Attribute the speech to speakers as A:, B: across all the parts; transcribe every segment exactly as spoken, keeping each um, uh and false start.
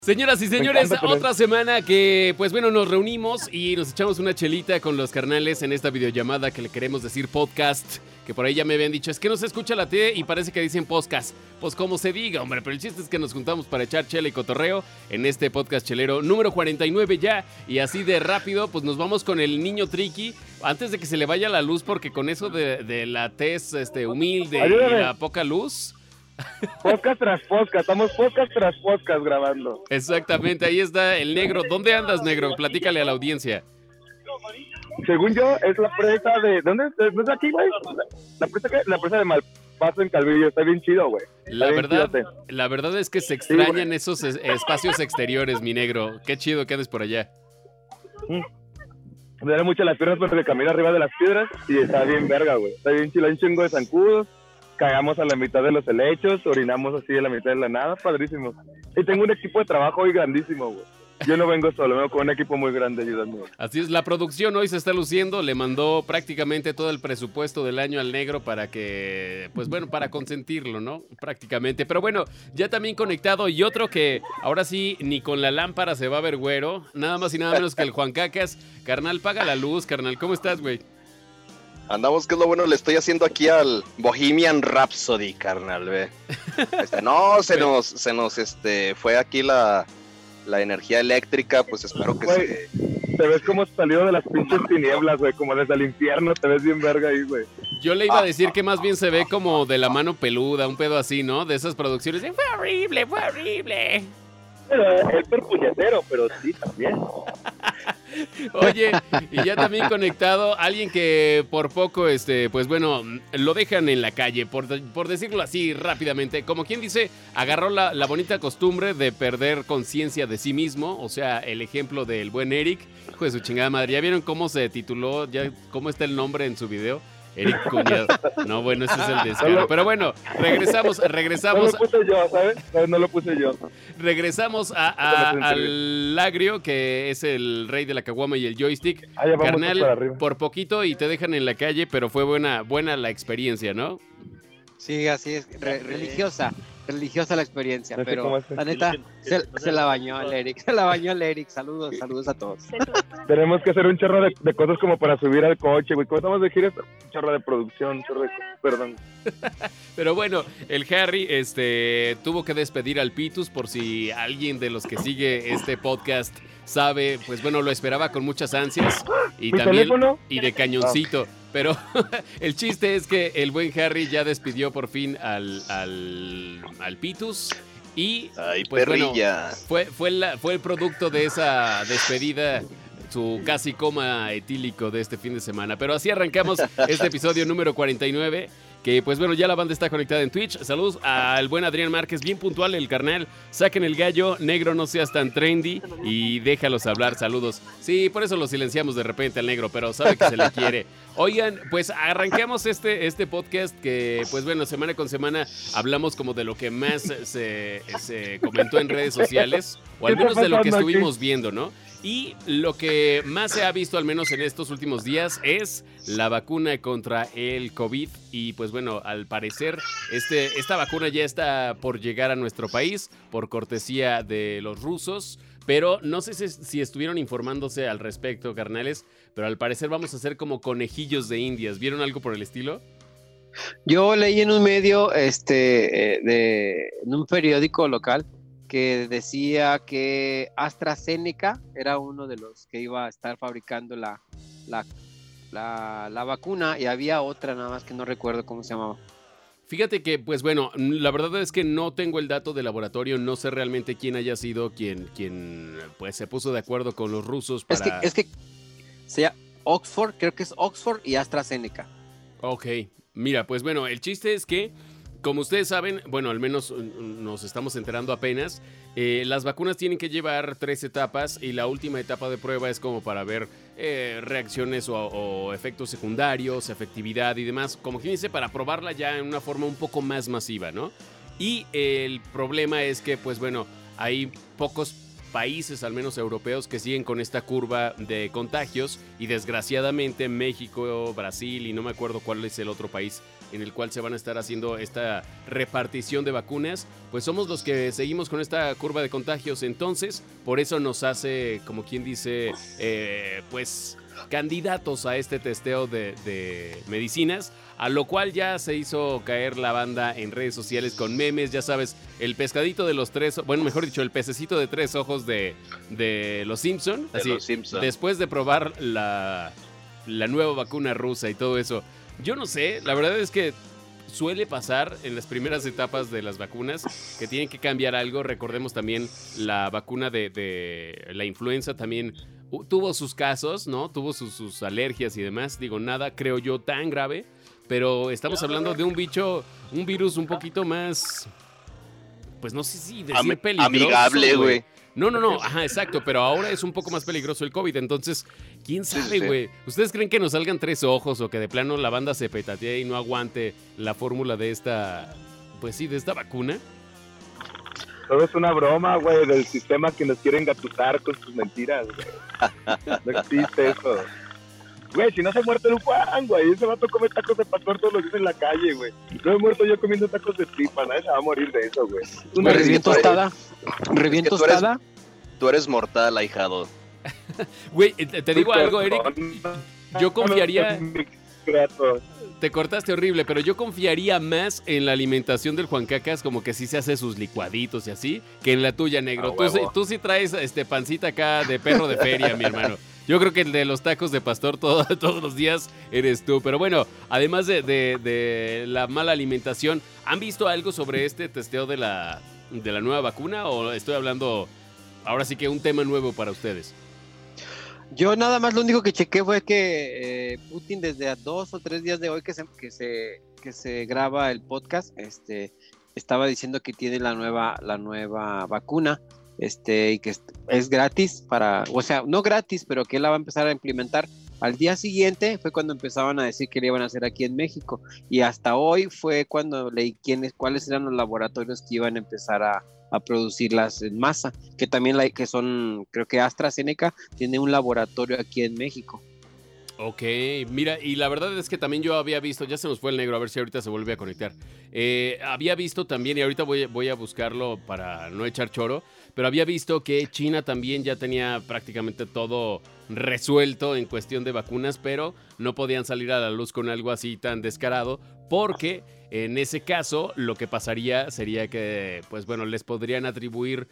A: Señoras y señores, otra semana que, pues bueno, nos reunimos y nos echamos una chelita con los carnales en esta videollamada que le queremos decir podcast, que por ahí ya me habían dicho, es que no se escucha la T y parece que dicen podcast. Pues como se diga, hombre, pero el chiste es que nos juntamos para echar chela y cotorreo en este podcast chelero número cuarenta y nueve ya, y así de rápido, pues nos vamos con el niño Triqui, antes de que se le vaya la luz, porque con eso de, de la tez este, humilde
B: Ayúdame.
A: y la poca luz...
B: Podcast tras podcast, estamos podcast tras podcast grabando.
A: Exactamente, ahí está el negro. ¿Dónde andas, negro? Platícale a la audiencia.
B: Según yo, es la presa de... ¿Dónde es? ¿No es aquí, güey? La presa, que, la presa de Malpaso en Calvillo, está bien chido, güey.
A: La
B: bien
A: verdad,
B: chidote.
A: la verdad es que se extrañan
B: Sí,
A: esos es- espacios exteriores, mi negro. Qué chido que andes por allá.
B: Me duele mucho las piernas porque camino arriba de las piedras y está bien verga, güey. Está bien chido, hay un chingo de zancudos. Cagamos a la mitad de los helechos, orinamos así a la mitad de la nada, padrísimo. Y tengo un equipo de trabajo hoy grandísimo, güey. Yo no vengo solo, vengo con un equipo muy grande ayudando.
A: Así es, la producción hoy se está luciendo. Le mandó prácticamente todo el presupuesto del año al negro para que, pues bueno, para consentirlo, ¿no? Prácticamente. Pero bueno, ya también conectado y otro que ahora sí ni con la lámpara se va a ver güero. Nada más y nada menos que el Juan Cacas. Carnal, paga la luz, carnal. ¿Cómo estás, güey?
C: Andamos, que es lo bueno, le estoy haciendo aquí al Bohemian Rhapsody, carnal, ve. Este, no, se nos, se nos, este, fue aquí la, la energía eléctrica, pues espero que
B: Güey,
C: se...
B: te ves como salido de las pinches tinieblas, güey, como desde el infierno, te ves bien verga ahí, güey.
A: Yo le iba a decir que más bien se ve como de la mano peluda, un pedo así, ¿no? De esas producciones de, fue horrible, fue horrible.
B: Pero es per puñetero, pero sí, también.
A: Oye, y ya también conectado alguien que por poco, este, pues bueno, lo dejan en la calle, por, por decirlo así rápidamente. Como quien dice, agarró la, la bonita costumbre de perder conciencia de sí mismo. O sea, el ejemplo del buen Eric. Hijo de su chingada madre. ¿Ya vieron cómo se tituló? ¿Ya cómo está el nombre en su video? Eric Cuñado. No, bueno, ese es el descaro. Pero bueno, regresamos,
B: No
A: regresamos.
B: lo puse yo, ¿sabes? ¿Sabes? No lo puse yo.
A: Regresamos a, a- al Agrio, que es el rey de la caguama y el joystick.
B: Ah, ya vamos
A: Carnal,
B: para arriba.
A: por poquito y te dejan en la calle, pero fue buena, buena la experiencia, ¿no?
D: Sí, así es, re- religiosa, religiosa la experiencia,
B: No sé
D: pero
B: cómo hace.
D: la neta, se, se la bañó el Eric, se la bañó el Eric, saludos, saludos a todos.
B: Tenemos que hacer un chorro de, de cosas como para subir al coche, güey. ¿Cómo estamos de gira? Un chorro de producción, un chorro de cosas. Perdón.
A: Pero bueno, el Harry este, tuvo que despedir al Pitus, por si alguien de los que sigue este podcast sabe, pues bueno, lo esperaba con muchas ansias y
B: ¿Mi
A: también
B: teléfono?
A: y de cañoncito. Pero el chiste es que el buen Harry ya despidió por fin al, al, al Pitus y
C: Ay,
A: pues bueno,
C: perrilla.
A: fue, fue, la, fue el producto de esa despedida, su casi coma etílico de este fin de semana. Pero así arrancamos este episodio número cuarenta y nueve, que pues bueno, ya la banda está conectada en Twitch. Saludos al buen Adrián Márquez, bien puntual el carnal. Saquen el gallo, negro, no seas tan trendy y déjalos hablar, saludos. Sí, por eso lo silenciamos de repente al negro, pero sabe que se le quiere. Oigan, pues arranquemos este, este podcast que, pues bueno, semana con semana hablamos como de lo que más se, se comentó en redes sociales, o al
B: ¿Qué está
A: menos de lo que
B: pasando aquí?
A: estuvimos viendo, ¿no? Y lo que más se ha visto, al menos en estos últimos días, es la vacuna contra el COVID. Y pues bueno, al parecer, este, esta vacuna ya está por llegar a nuestro país, por cortesía de los rusos. Pero no sé si, si estuvieron informándose al respecto, carnales, pero al parecer vamos a ser como conejillos de indias. ¿Vieron algo por el estilo?
D: Yo leí en un medio, este, eh, de, en un periódico local, que decía que AstraZeneca era uno de los que iba a estar fabricando la, la, la, la vacuna, y había otra nada más que no recuerdo cómo se llamaba.
A: Fíjate que, pues bueno, la verdad es que no tengo el dato de laboratorio, no sé realmente quién haya sido quien, quien pues se puso de acuerdo con los rusos para...
D: Es que, es que sea Oxford, creo que es Oxford y AstraZeneca.
A: Ok, mira, pues bueno, el chiste es que, como ustedes saben, bueno, al menos nos estamos enterando apenas, eh, las vacunas tienen que llevar tres etapas y la última etapa de prueba es como para ver eh, reacciones o, o efectos secundarios, efectividad y demás, como quien dice, para probarla ya en una forma un poco más masiva, ¿no? Y el problema es que, pues bueno, hay pocos países, al menos europeos, que siguen con esta curva de contagios y desgraciadamente México, Brasil y no me acuerdo cuál es el otro país en el cual se van a estar haciendo esta repartición de vacunas, pues somos los que seguimos con esta curva de contagios. Entonces, por eso nos hace, como quien dice, eh, pues candidatos a este testeo de, de medicinas, a lo cual ya se hizo caer la banda en redes sociales con memes, ya sabes, el pescadito de los tres, bueno, mejor dicho, el pececito de tres ojos de, de los Simpson,
C: De
A: así,
C: los Simpson.
A: después de probar la, la nueva vacuna rusa y todo eso. Yo no sé, la verdad es que suele pasar en las primeras etapas de las vacunas que tienen que cambiar algo. Recordemos también la vacuna de, de la influenza también uh, tuvo sus casos, ¿no? Tuvo sus, sus alergias y demás. Digo, nada, creo yo, tan grave. Pero estamos hablando de un bicho, un virus un poquito más, pues no sé si decir
C: Am-
A: peligroso.
C: amigable, güey.
A: No, no, no, ajá, exacto, pero ahora es un poco más peligroso el COVID, entonces, ¿quién
C: Sí,
A: sabe,
C: sí.
A: güey? ¿Ustedes creen que nos salgan tres ojos o que de plano la banda se petatee y no aguante la fórmula de esta, pues sí, de esta vacuna?
B: Todo es una broma, güey, del sistema que nos quiere engatusar con sus mentiras, güey. No existe eso. Güey, si no se ha muerto el Juan, güey, ese vato come tacos de pastor todos los días en la calle, güey. No he muerto yo comiendo tacos de tripa, nadie se va a morir de eso, güey. Es una
C: Güey,
D: Reviento
C: güey.
D: tostada. Reviento
C: tú eres-
D: tostada.
C: Tú eres mortal, ahijado.
A: Güey, te, te digo algo, Eric, yo confiaría,
B: Grato.
A: te cortaste horrible, pero yo confiaría más en la alimentación del Juan Cacas, como que sí se hace sus licuaditos y así, que en la tuya, negro.
B: A
A: Tú, sí-
B: huevo.
A: tú sí traes este pancita acá de perro de feria, mi hermano. Yo creo que el de los tacos de pastor todo- todos los días eres tú. Pero bueno, además de, de- de la mala alimentación, ¿han visto algo sobre este testeo de la, de la nueva vacuna? ¿O estoy hablando ahora sí que un tema nuevo para ustedes?
D: Yo nada más lo único que chequé fue que eh, Putin desde a dos o tres días de hoy que se, que se, que se graba el podcast, este, estaba diciendo que tiene la nueva, la nueva vacuna, este, y que es, es gratis para, o sea, no gratis, pero que él la va a empezar a implementar. Al día siguiente fue cuando empezaban a decir que le iban a hacer aquí en México, y hasta hoy fue cuando leí quiénes, cuáles eran los laboratorios que iban a empezar a, a producirlas en masa, que también la, que son, creo que AstraZeneca tiene un laboratorio aquí en México.
A: Ok, mira, y la verdad es que también yo había visto, ya se nos fue el negro, a ver si ahorita se vuelve a conectar. Eh, había visto también, y ahorita voy, voy a buscarlo para no echar choro, pero había visto que China también ya tenía prácticamente todo resuelto en cuestión de vacunas, pero no podían salir a la luz con algo así tan descarado, porque en ese caso lo que pasaría sería que, pues bueno, les podrían atribuir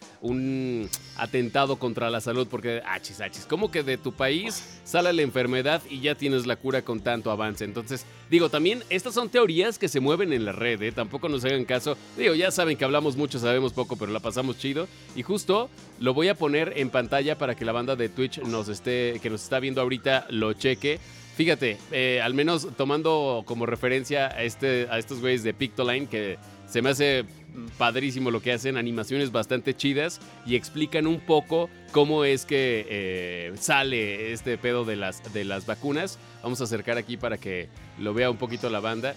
A: un atentado contra la salud, porque, achis, achis, ¿cómo que de tu país sale la enfermedad y ya tienes la cura con tanto avance? Entonces, digo, también estas son teorías que se mueven en la red, ¿eh? Tampoco nos hagan caso. Digo, ya saben que hablamos mucho, sabemos poco, pero la pasamos chido. Y justo lo voy a poner en pantalla para que la banda de Twitch nos esté, que nos está viendo ahorita lo cheque. Fíjate, eh, al menos tomando como referencia a, este, a estos güeyes de Pictoline, que se me hace padrísimo lo que hacen, animaciones bastante chidas y explican un poco cómo es que eh, sale este pedo de las, de las vacunas. Vamos a acercar aquí para que lo vea un poquito la banda.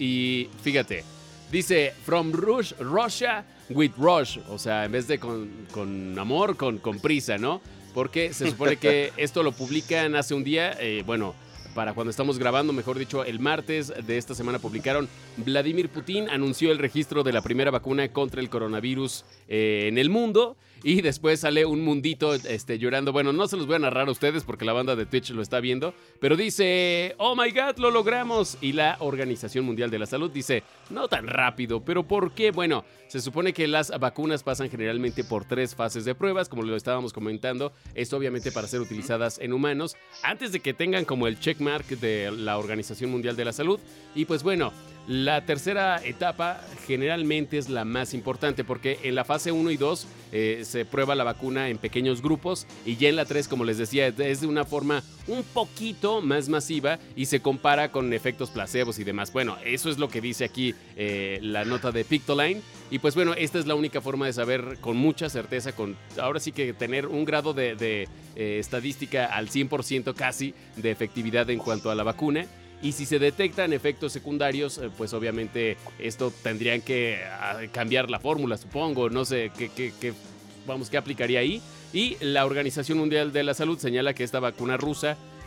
A: Y fíjate, dice, from Rush, Russia with Rush, o sea, en vez de con, con amor, con, con prisa, ¿no? Porque se supone que esto lo publican hace un día, eh, bueno, para cuando estamos grabando, mejor dicho, el martes de esta semana publicaron, Vladimir Putin anunció el registro de la primera vacuna contra el coronavirus eh, en el mundo. Y después sale un mundito este, llorando. Bueno, no se los voy a narrar a ustedes porque la banda de Twitch lo está viendo. Pero dice, oh my God, lo logramos. Y la Organización Mundial de la Salud dice, no tan rápido. ¿Pero por qué? Bueno, se supone que las vacunas pasan generalmente por tres fases de pruebas, como lo estábamos comentando. Esto obviamente para ser utilizadas en humanos, antes de que tengan como el checkmark de la Organización Mundial de la Salud. Y pues bueno, la tercera etapa generalmente es la más importante porque en la fase uno y dos eh, se prueba la vacuna en pequeños grupos y ya en la tres, como les decía, es de una forma un poquito más masiva y se compara con efectos placebos y demás. Bueno, eso es lo que dice aquí eh, la nota de Pictoline. Y pues bueno, esta es la única forma de saber con mucha certeza, con ahora sí que tener un grado de, de eh, estadística al cien por ciento casi de efectividad en cuanto a la vacuna. Y si se detectan efectos secundarios, pues obviamente esto tendrían que cambiar la fórmula, supongo. No sé qué, qué, qué, vamos, qué aplicaría ahí. Y la Organización Mundial de la Salud señala que esta vacuna rusa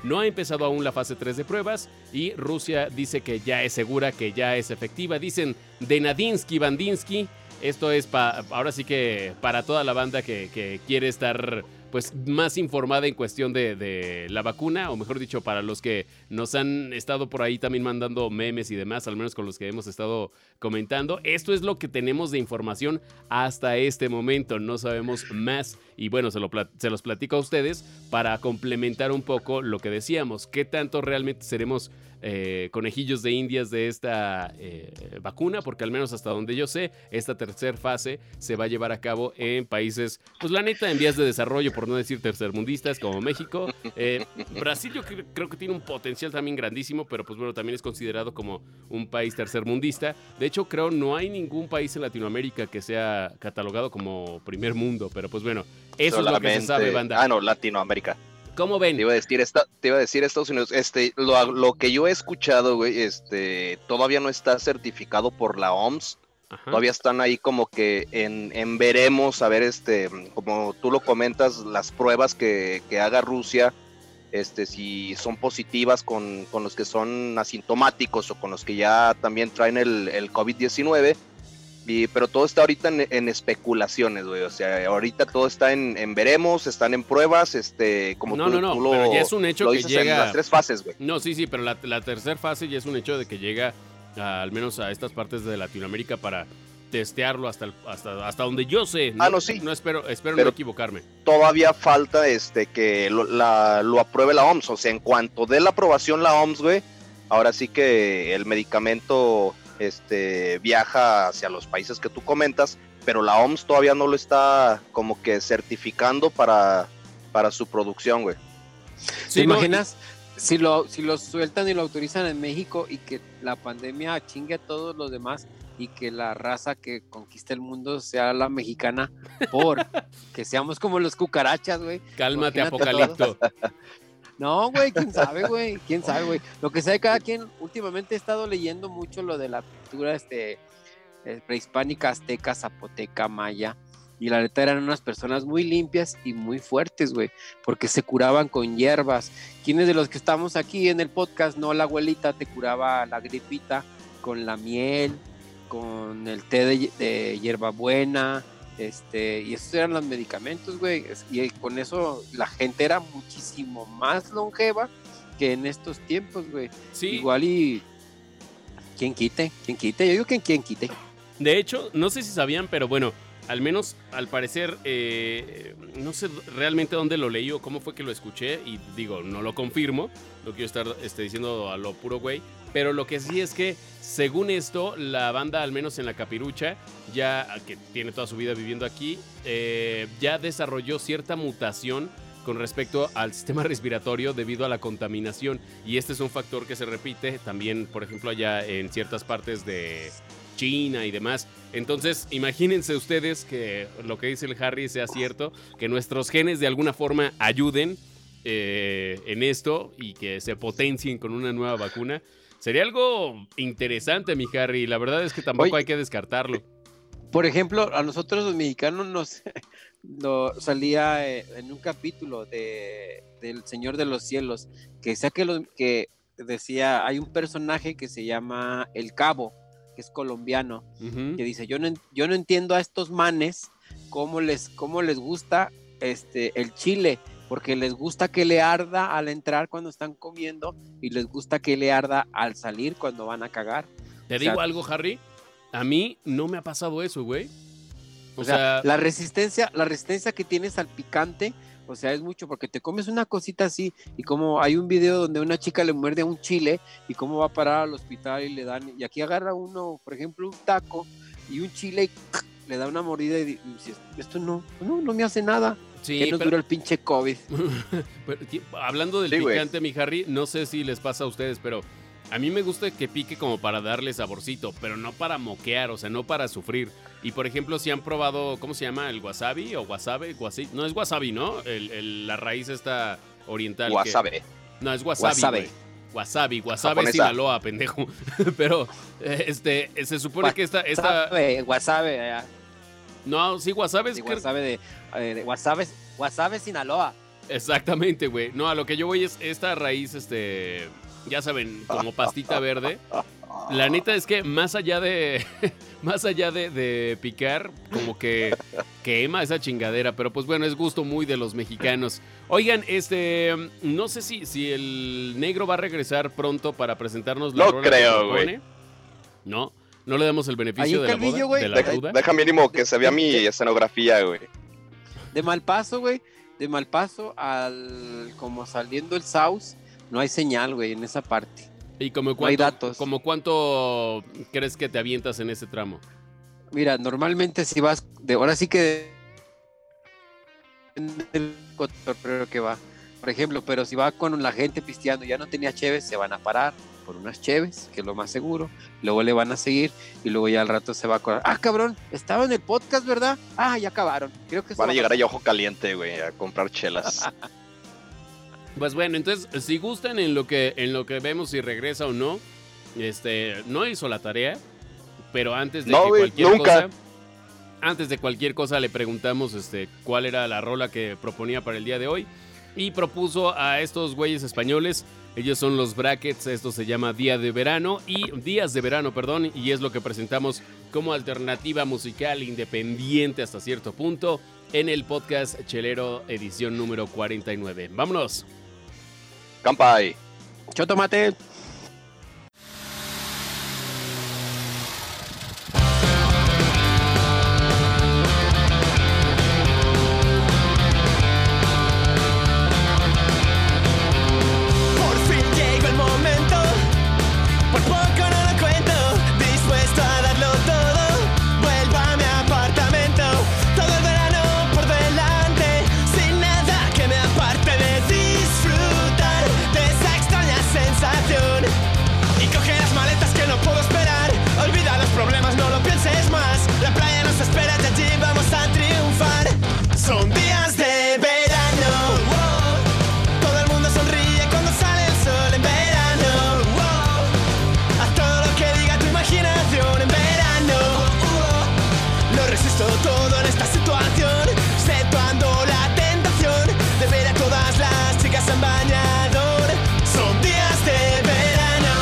A: no ha empezado aún la fase tres de pruebas y Rusia dice que ya es segura, que ya es efectiva. Dicen de Nadinsky, Bandinsky. Esto es pa, ahora sí que para toda la banda que, que quiere estar pues más informada en cuestión de, de la vacuna, o mejor dicho, para los que nos han estado por ahí también mandando memes y demás, al menos con los que hemos estado comentando. Esto es lo que tenemos de información hasta este momento, no sabemos más. Y bueno, se, lo, se los platico a ustedes para complementar un poco lo que decíamos. ¿Qué tanto realmente seremos eh, conejillos de indias de esta eh, vacuna? Porque al menos hasta donde yo sé, esta tercera fase se va a llevar a cabo en países, pues la neta, en vías de desarrollo, por no decir tercermundistas, como México. Eh, Brasil yo creo, creo que tiene un potencial también grandísimo, pero pues bueno, también es considerado como un país tercermundista. De hecho, creo no hay ningún país en Latinoamérica que sea catalogado como primer mundo, pero pues bueno, eso solamente es lo que se sabe, banda.
C: Ah, no, Latinoamérica.
A: ¿Cómo ven?
C: Te iba a decir, esta, te iba a decir Estados Unidos, este, lo, lo que yo he escuchado, güey, este, todavía no está certificado por la O M S. Ajá. Todavía están ahí como que en, en veremos, a ver, este, como tú lo comentas, las pruebas que, que haga Rusia, este, si son positivas con, con los que son asintomáticos o con los que ya también traen el, el COVID diecinueve. Y, pero todo está ahorita en, en especulaciones, güey. O sea, ahorita todo está en, en veremos, están en pruebas, este, como
A: no,
C: tú,
A: no, no,
C: tú lo,
A: pero ya es un hecho
C: lo
A: que
C: dices
A: llega
C: en las tres fases, güey.
A: No, sí, sí, pero la, la tercera fase ya es un hecho de que llega a, al menos a estas partes de Latinoamérica para testearlo hasta el, hasta hasta donde yo sé. No,
C: ah, no, sí.
A: No espero, espero
C: pero
A: no equivocarme.
C: Todavía falta este que lo, la, lo apruebe la O M S. O sea, en cuanto dé la aprobación la O M S, güey, ahora sí que el medicamento este viaja hacia los países que tú comentas, pero la O M S todavía no lo está como que certificando para, para su producción, güey.
D: ¿Te sí, imaginas no, si lo si lo sueltan y lo autorizan en México y que la pandemia chingue a todos los demás y que la raza que conquista el mundo sea la mexicana, por que seamos como los cucarachas, güey?
A: Cálmate, imagínate Apocalipto.
D: No, güey, quién sabe, güey, quién sabe, güey. Lo que sabe cada quien, últimamente he estado leyendo mucho lo de la cultura este, prehispánica, azteca, zapoteca, maya, y la neta eran unas personas muy limpias y muy fuertes, güey, porque se curaban con hierbas. ¿Quiénes de los que estamos aquí en el podcast, no, la abuelita te curaba la gripita con la miel, con el té de, de hierbabuena, este, y esos eran los medicamentos, güey, y con eso la gente era muchísimo más longeva que en estos tiempos, güey.
A: Sí.
D: Igual y quién quite, quién quite, yo digo que quién quite.
A: De hecho, no sé si sabían, pero bueno, al menos al parecer, eh, no sé realmente dónde lo leí o cómo fue que lo escuché, y digo, no lo confirmo, no quiero estar este, diciendo a lo puro güey, pero lo que sí es que, según esto, la banda, al menos en la Capirucha, ya que tiene toda su vida viviendo aquí, eh, ya desarrolló cierta mutación con respecto al sistema respiratorio debido a la contaminación, y este es un factor que se repite también, por ejemplo, allá en ciertas partes de China y demás. Entonces, imagínense ustedes que lo que dice el Harry sea cierto, que nuestros genes de alguna forma ayuden eh, en esto y que se potencien con una nueva vacuna. Sería algo interesante, mi Harry. La verdad es que tampoco Oye, hay que descartarlo.
D: Por ejemplo, a nosotros los mexicanos nos, nos salía en un capítulo de del Señor de los Cielos, que decía que, los, que decía, hay un personaje que se llama El Cabo, que es colombiano, uh-huh. que dice, yo no, yo no entiendo a estos manes cómo les, cómo les gusta este, el chile, porque les gusta que le arda al entrar cuando están comiendo y les gusta que le arda al salir cuando van a cagar.
A: Te o digo sea, algo, Harry, a mí no me ha pasado eso, güey.
D: O, o sea, sea, la resistencia, la resistencia que tienes al picante, o sea, es mucho, porque te comes una cosita así, y como hay un video donde una chica le muerde a un chile, y cómo va a parar al hospital y le dan, y aquí agarra uno, por ejemplo, un taco, y un chile, y le da una mordida, y dices, esto no, no, no me hace nada. Sí, que nos pero... dura el pinche COVID.
A: pero, hablando del sí, picante, wey. Mi Harry, no sé si les pasa a ustedes, pero a mí me gusta que pique como para darle saborcito, pero no para moquear, o sea, no para sufrir. Y por ejemplo, si han probado, ¿cómo se llama? ¿El wasabi o wasabi? wasabi no es wasabi, ¿no? El, el, la raíz esta oriental.
C: Wasabi.
A: Que... No, es wasabi.
D: Wasabi.
A: Wasabi, wasabi es Sinaloa, pendejo. Pero, este, se supone Wa- que esta... esta...
D: Wasabi, wasabi. Ya.
A: No, sí, wasabi es...
D: Sí, wasabi de, de, de wasabi, wasabi Sinaloa.
A: Exactamente, güey. No, a lo que yo voy es esta raíz, este, ya saben, como pastita verde. La neta es que más allá de, más allá de, de picar, como que quema esa chingadera. Pero pues bueno, es gusto muy de los mexicanos. Oigan, este, no sé si, si el negro va a regresar pronto para presentarnos la
C: No
A: rola
C: creo,
A: que propone.
C: güey.
A: No, no le damos el beneficio
D: Ahí en
A: de la,
D: Calvillo,
A: boda,
D: güey.
A: de la
C: Deja,
A: duda.
C: deja mínimo que se vea mi escenografía, güey.
D: De Malpaso, güey. De Malpaso al. Como saliendo el South, no hay señal, güey, en esa parte.
A: ¿Y como
D: No hay
A: cuánto,
D: datos.
A: como cuánto crees que te avientas en ese tramo?
D: Mira, normalmente si vas. De, ahora sí que. El cotorreo que va. Por ejemplo, pero si va con la gente pisteando y ya no tenía cheves, se van a parar por unas cheves, que es lo más seguro. Luego le van a seguir y luego ya al rato se va a acordar. Ah, cabrón, estaba en el podcast, ¿verdad? Ah, ya acabaron. Creo que eso
C: Van a
D: va
C: llegar
D: pasar.
C: ahí a ojo caliente, güey, a comprar chelas.
A: Pues bueno, entonces, si gustan en lo que, en lo que vemos si regresa o no, este, no hizo la tarea, pero antes de
C: No,
A: que
C: güey,
A: cualquier
C: nunca.
A: cosa, antes de cualquier cosa le preguntamos, este, cuál era la rola que proponía para el día de hoy y propuso a estos güeyes españoles. Ellos son los Brackets, esto se llama Día de Verano y Días de Verano, perdón, y es lo que presentamos como alternativa musical independiente hasta cierto punto en el podcast Chelero edición número cuarenta y nueve. Vámonos.
C: Campai.
D: Chotomate.
E: Por fin llegó el momento, por poco no lo cuento, dispuesto a darlo todo, vuelvo a mi apartamento, todo el verano por delante, sin nada que me aparte de disfrutar de esa extraña sensación, y coge las maletas que no puedo esperar, olvida los problemas, no lo pienses más, la playa nos espera y allí vamos a triunfar, son días de verano, wow. Todo el mundo sonríe cuando sale el sol en verano. Wow. Haz todo lo que diga tu imaginación en verano. Wow. Lo resisto todo en esta situación, exceptuando la tentación de ver a todas las chicas en bañador. Son días de verano.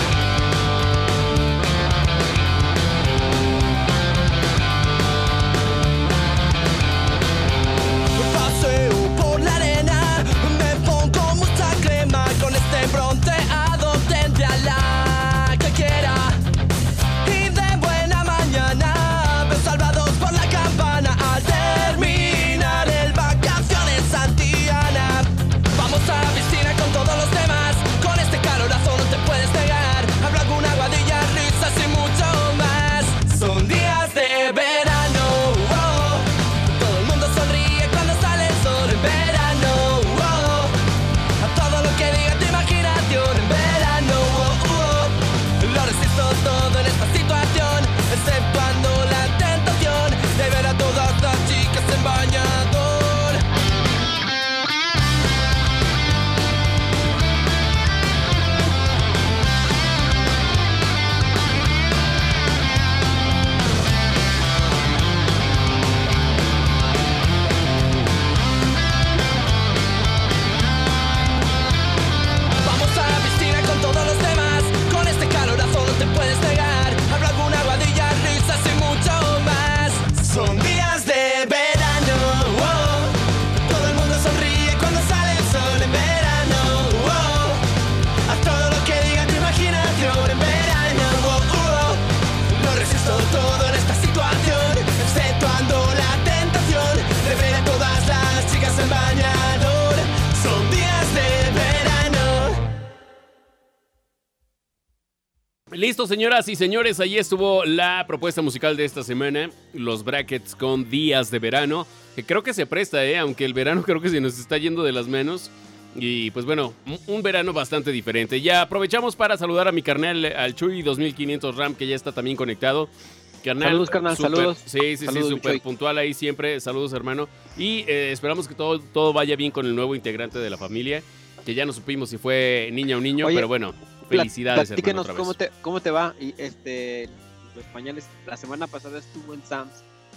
E: Paseo por la arena, me pongo mucha crema, con este bronceado tendré a la que quiera. Y de buena mañana, veo salvados por la campana al terminar el vacaciones Santillana. Vamos a la piscina con todos los demás, con este calorazo no te puedes negar. Habrá alguna guadilla, risas y mucho más. Son días de verano, wow. Todo el mundo sonríe cuando sale el sol en verano, wow. A todo lo que diga tu imaginación en verano, wow. Lo resisto todo en esta situación, exceptuando la tentación de ver a todas las chicas en bañador. Vamos a la piscina con todos los demás, con este calorazo no te puedes negar. Habrá alguna guadilla, risas y mucho más. Son días de verano, wow. Todo el mundo sonríe cuando sale el sol en verano, wow. Haz todo lo que diga tu imaginación en verano, wow. Lo resisto todo en esta situación, exceptuando la tentación de ver a todas las chicas en bañador. Son días de verano.
A: Listo, señoras y señores, ahí estuvo la propuesta musical de esta semana, los Brackets con Días de Verano, que creo que se presta, ¿eh? Aunque el verano creo que se nos está yendo de las manos. Y pues bueno, un- un verano bastante diferente. Ya aprovechamos para saludar a mi carnal, al Chuy dos mil quinientos RAM, que ya está también conectado. Carnal,
D: Saludos, carnal,
A: súper-
D: saludos.
A: Sí, sí,
D: Saludos,
A: sí,
D: mi
A: súper
D: Chuy.
A: puntual ahí siempre. Saludos, hermano. Y eh, esperamos que todo, todo vaya bien con el nuevo integrante de la familia, que ya no supimos si fue niña o niño,
D: Oye,
A: pero bueno, felicidades, hermano,
D: Platíquenos
A: otra vez.
D: cómo te, cómo te va. Y este, los españoles, la semana pasada estuvo en Sam's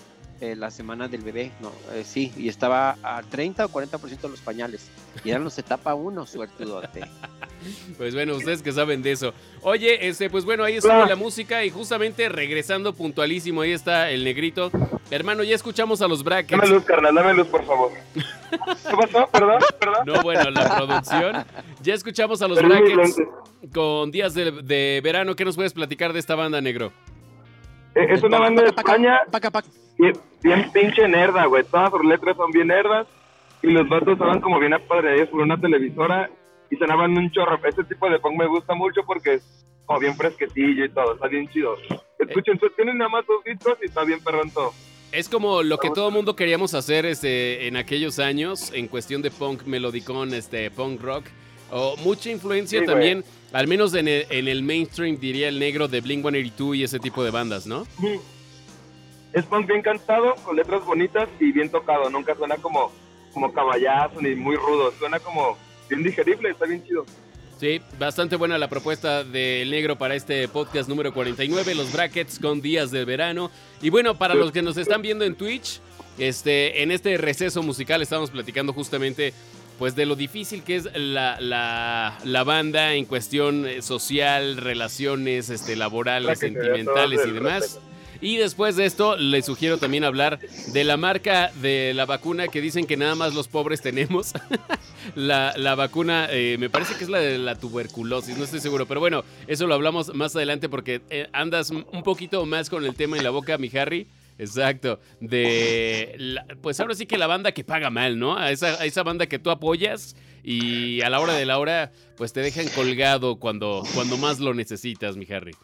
D: eh, la semana del bebé, no, eh, sí, y estaba al treinta o cuarenta por ciento de los pañales, y eran los etapa uno, suertudote.
A: Pues bueno, ustedes que saben de eso. Oye, este, pues bueno, ahí estuvo la música y justamente regresando puntualísimo, ahí está el negrito. Hermano, ya escuchamos a los brackets.
B: Dame luz, carnal, dame luz, por favor. ¿Qué pasó? Perdón, perdón.
A: No, bueno, la producción. Ya escuchamos a los
B: Perdí mis
A: brackets
B: lentes.
A: con Días de, de Verano. ¿Qué nos puedes platicar de esta banda, negro?
B: Eh, Es una banda de España
D: Paca, paca.
B: bien, bien pinche nerda, güey. Todas sus letras son bien nerdas. Y los vatos estaban como bien apadreados por una televisora y sonaban un chorro. Este tipo de punk me gusta mucho porque es como bien fresquetillo y todo. Está bien chido. Escuchen, tienen nada más dos discos y está bien perrón todo.
A: Es como lo que todo mundo queríamos hacer este, en aquellos años en cuestión de punk melodicón, este, punk rock. O mucha influencia
B: Sí,
A: también, al menos en el, en el mainstream, diría el negro, de Blink ciento ochenta y dos y ese tipo de bandas, ¿no?
B: Es punk bien cantado, con letras bonitas y bien tocado. Nunca suena como, como caballazo ni muy rudo. Suena como bien digerible, está bien chido.
A: Sí, bastante buena la propuesta del negro para este podcast número cuarenta y nueve, los brackets con Días de Verano. Y bueno, para los que nos están viendo en Twitch, este, en este receso musical estamos platicando justamente pues de lo difícil que es la, la, la banda en cuestión social, relaciones este, laborales,
B: Para que se vea
A: sentimentales
B: todo
A: y
B: el
A: demás.
B: respeto.
A: Y después de esto, les sugiero también hablar de la marca de la vacuna que dicen que nada más los pobres tenemos. la, la vacuna, eh, me parece que es la de la tuberculosis, no estoy seguro. Pero bueno, eso lo hablamos más adelante porque eh, andas un poquito más con el tema en la boca, mi Harry. Exacto. De la, pues ahora sí que la banda que paga mal, ¿no? A esa, a esa banda que tú apoyas y a la hora de la hora, pues te dejan colgado cuando, cuando más lo necesitas, mi Harry.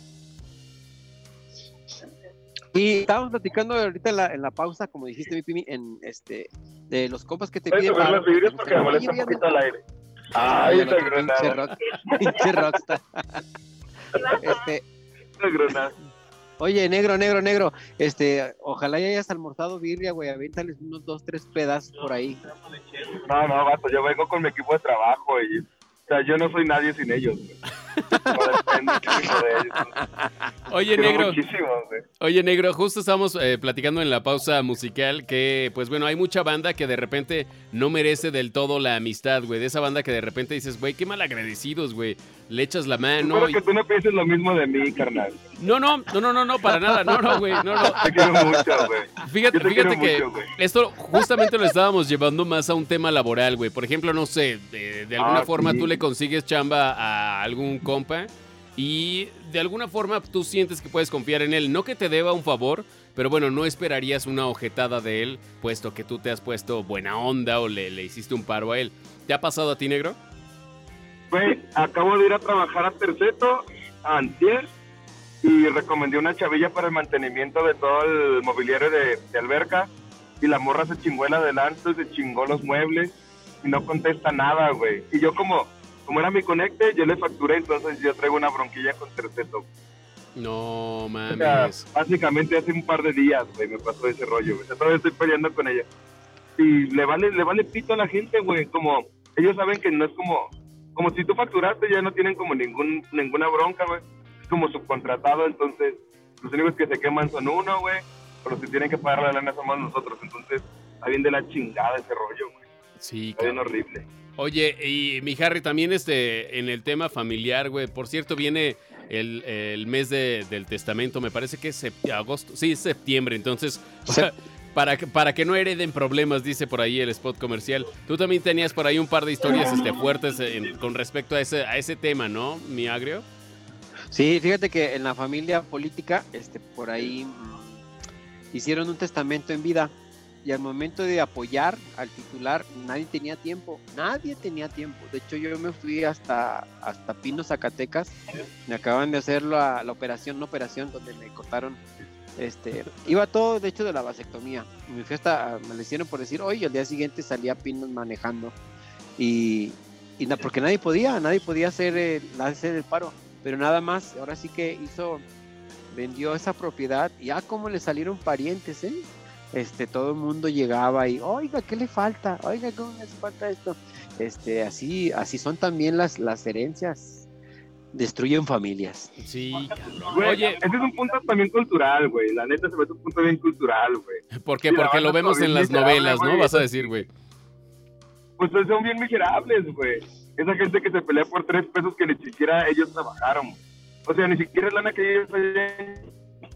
D: Y estábamos platicando ahorita en la, en la pausa, como dijiste, mi Pimi, en este, de los compas que te
B: Voy a
D: piden.
B: subir
D: paro,
B: los vidrios
D: que
B: porque
D: nos
B: me molesta
D: dicen,
B: un poquito al aire. Ay,
D: "Oye,
B: esa
D: no, pinche
B: granada.
D: rock- pinche rockstar". Este,
B: Esa granada.
D: oye, negro, negro, negro, este, ojalá ya hayas almorzado birria, güey, aviéntales unos dos, tres pedazos por ahí.
B: No, no, vato, yo vengo con mi equipo de trabajo y, o sea, yo no soy nadie sin ellos, güey. No dependo muchísimo de ellos.
A: Oye,
B: Quiero
A: negro.
B: muchísimo, güey.
A: Oye, negro, justo estamos eh, platicando en la pausa musical que, pues bueno, hay mucha banda que de repente no merece del todo la amistad, güey. De esa banda que de repente dices, güey, qué malagradecidos, güey. Le echas la mano.
B: Espero
A: Y...
B: que tú no pienses lo mismo de mí, carnal.
A: No, no, no, no, no, no, para nada. No, no, güey, no, no.
B: Te quiero mucho, güey.
A: Fíjate,
B: Yo te
A: fíjate
B: quiero
A: que
B: mucho, güey.
A: esto justamente lo estábamos llevando más a un tema laboral, güey. Por ejemplo, no sé, de, de alguna
B: Ah,
A: forma
B: sí.
A: tú le consigues chamba a algún compa y de alguna forma tú sientes que puedes confiar en él. No que te deba un favor, pero bueno, no esperarías una ojetada de él, puesto que tú te has puesto buena onda o le, le hiciste un paro a él. ¿Te ha pasado a ti, negro?
B: Güey, acabo de ir a trabajar a Terceto, a Antier, y recomendé una chavilla para el mantenimiento de todo el mobiliario de, de alberca, y la morra se chingó el adelanto, se chingó los muebles, y no contesta nada, güey. Y yo como, como era mi conecte, yo le facturé, entonces yo traigo una bronquilla con Terceto.
A: No
B: O sea,
A: mames.
B: básicamente hace un par de días, güey, me pasó ese rollo, güey. Todavía estoy peleando con ella. Y le vale, le vale pito a la gente, güey, como, ellos saben que no es como, como si tú facturaste, ya no tienen como ningún, ninguna bronca, güey. Es como subcontratado, entonces, los únicos que se queman son uno, güey, pero si tienen que pagar la lana somos nosotros, entonces, está bien de la chingada ese rollo, güey.
A: Sí,
B: Está bien
A: cabrón.
B: horrible.
A: Oye, y mi Harry, también este, en el tema familiar, güey, por cierto, viene el, el mes de- del testamento, me parece que es sept- agosto, sí, es septiembre, entonces, para, para, que- para que no hereden problemas, dice por ahí el spot comercial. Tú también tenías por ahí un par de historias este, fuertes en- con respecto a ese, a ese tema, ¿no, mi agrio?
D: Sí, fíjate que en la familia política, este, por ahí mm, hicieron un testamento en vida y al momento de apoyar al titular nadie tenía tiempo, nadie tenía tiempo. De hecho yo me fui hasta hasta Pino, Zacatecas, me acaban de hacer la, la operación, una operación donde me cortaron, este, iba todo de hecho de la vasectomía. Me fui hasta, me lo hicieron por decir, oye, al día siguiente salí a Pinos manejando y, y na- porque nadie podía, nadie podía hacer el, hacer el paro. Pero nada más, ahora sí que hizo, vendió esa propiedad y ya como le salieron parientes, ¿eh? Este, todo el mundo llegaba y, oiga, ¿qué le falta? Oiga, ¿cómo le hace falta esto? Este, así, así son también las, las herencias. destruyen familias.
A: Sí, cabrón.
B: Güey,
A: Oye,
B: ese es un punto también cultural, güey. La neta se me hace un punto bien cultural, güey.
A: ¿por qué?
B: Sí, la
A: Porque lo
B: banda
A: vemos
B: está
A: en
B: bien
A: las
B: miserable,
A: novelas, ¿no?
B: güey.
A: Vas a decir, güey.
B: Pues son bien miserables, güey. Esa gente que se pelea por tres pesos que ni siquiera ellos trabajaron. O sea, ni siquiera es lana que ellos hayan.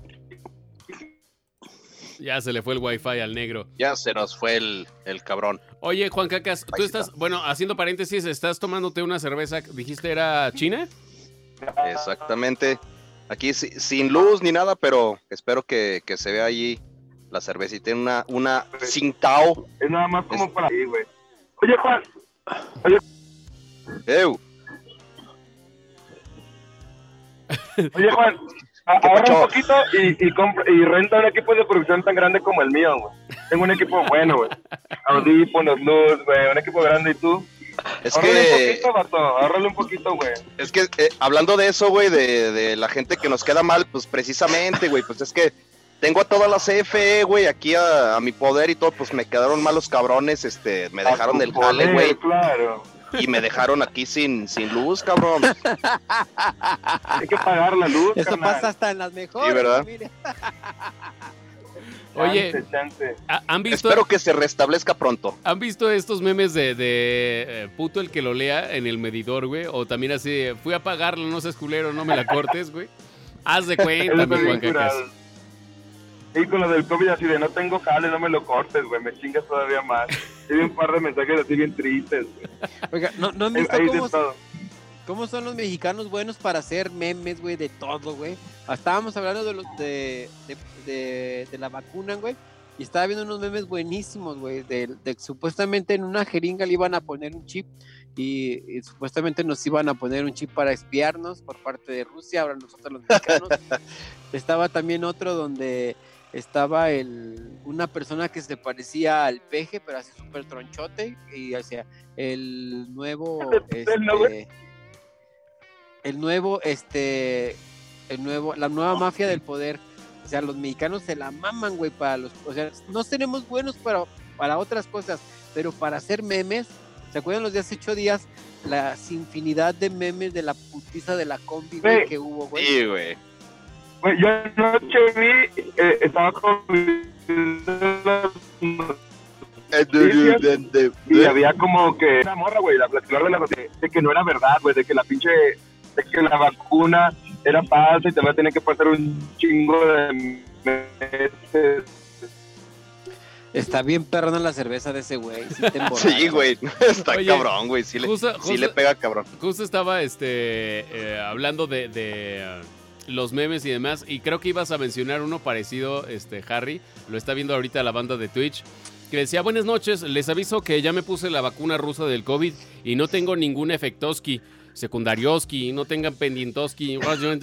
A: Ya se le fue el wifi al negro.
C: Ya se nos fue el, el cabrón.
A: Oye, Juan Cacas, tú
C: Ahí
A: estás,
C: está.
A: bueno, haciendo paréntesis, estás tomándote una cerveza, dijiste era china.
C: Exactamente. Aquí si- sin luz ni nada, pero espero que, que se vea allí la cervecita. Una, una Tsingtao.
B: Es nada más como
C: Es-
B: para ahí, güey. Oye, Juan. Oye,
C: ¡Ew!
B: oye, Juan. a-
C: ¿Qué
B: Ahorra
C: pacho?
B: un poquito y, y, compra, y renta un equipo de producción tan grande como el mío, güey. Tengo un equipo bueno, güey. Audífonos, luz, güey. Un equipo grande y tú.
C: Es
B: Ahorrale un
C: que,
B: poquito, vato. Ahorrale un poquito, güey.
C: es que eh, hablando de eso, güey, de, de la gente que nos queda mal, pues precisamente, güey, pues es que tengo a toda la C F E, güey, aquí a, a mi poder y todo, pues me quedaron mal los cabrones, este, me dejaron
B: A
C: el
B: tu
C: jale,
B: poder,
C: güey,
B: Claro.
C: y me dejaron aquí sin, sin luz, cabrón.
B: Hay que pagar la luz,
D: Eso
B: carnal.
D: pasa hasta en las mejores
C: Sí, ¿verdad?
D: familias.
A: Oye,
B: Chance, chance.
A: ¿ha- ¿han visto,
C: Espero que se restablezca pronto.
A: ¿han visto estos memes de, de eh, puto el que lo lea en el medidor, güey? O también así, fui a pagarlo, no seas culero, no me la cortes, güey. Haz de cuenta,
B: Eso
A: mi
B: está
A: Juan
B: bien
A: Cacas.
B: curado. Y con lo del COVID así de no tengo jale, no me lo cortes, güey, me chingas todavía más. Y vi un par de mensajes así bien tristes, güey.
D: Oiga, ¿no, no han
B: Ahí
D: visto
B: ahí
D: cómo,
B: de todo.
D: cómo son los mexicanos buenos para hacer memes, güey, de todo, güey? Estábamos hablando de los de, de, de, de la vacuna, güey, y estaba viendo unos memes buenísimos, güey, de, de que supuestamente en una jeringa le iban a poner un chip y, y supuestamente nos iban a poner un chip para espiarnos por parte de Rusia, ahora nosotros los mexicanos. Estaba también otro donde estaba el, una persona que se parecía al peje, pero así súper tronchote, y hacia el nuevo, este, el nuevo, este, el nuevo, la nueva mafia del poder. O sea, los mexicanos se la maman, güey, para los, o sea, no seremos buenos para, para otras cosas, pero para hacer memes, ¿se acuerdan los de hace ocho días? Las infinidad de memes de la putiza de la combi, güey,
B: Sí.
D: que hubo, güey.
C: Sí, güey.
B: Güey, yo anoche vi, eh, estaba con y había como que una morra, güey, la platicar de, la, de, de que no era verdad, güey, de que la pinche, de que la vacuna era falsa y te va a tener que pasar un chingo de meses.
D: Está bien perrona la cerveza de ese güey. Sí, te emborracha.
C: Sí, güey. Está
A: Oye,
C: cabrón, güey. Sí, le,
A: justo-
C: sí
A: justo-
C: le pega cabrón.
A: Justo estaba este eh, hablando de, de, eh, los memes y demás, y creo que ibas a mencionar uno parecido, este Harry, lo está viendo ahorita la banda de Twitch, que decía, buenas noches, les aviso que ya me puse la vacuna rusa del COVID y no tengo ningún efectoski, secundarioski, no tengan pendientoski.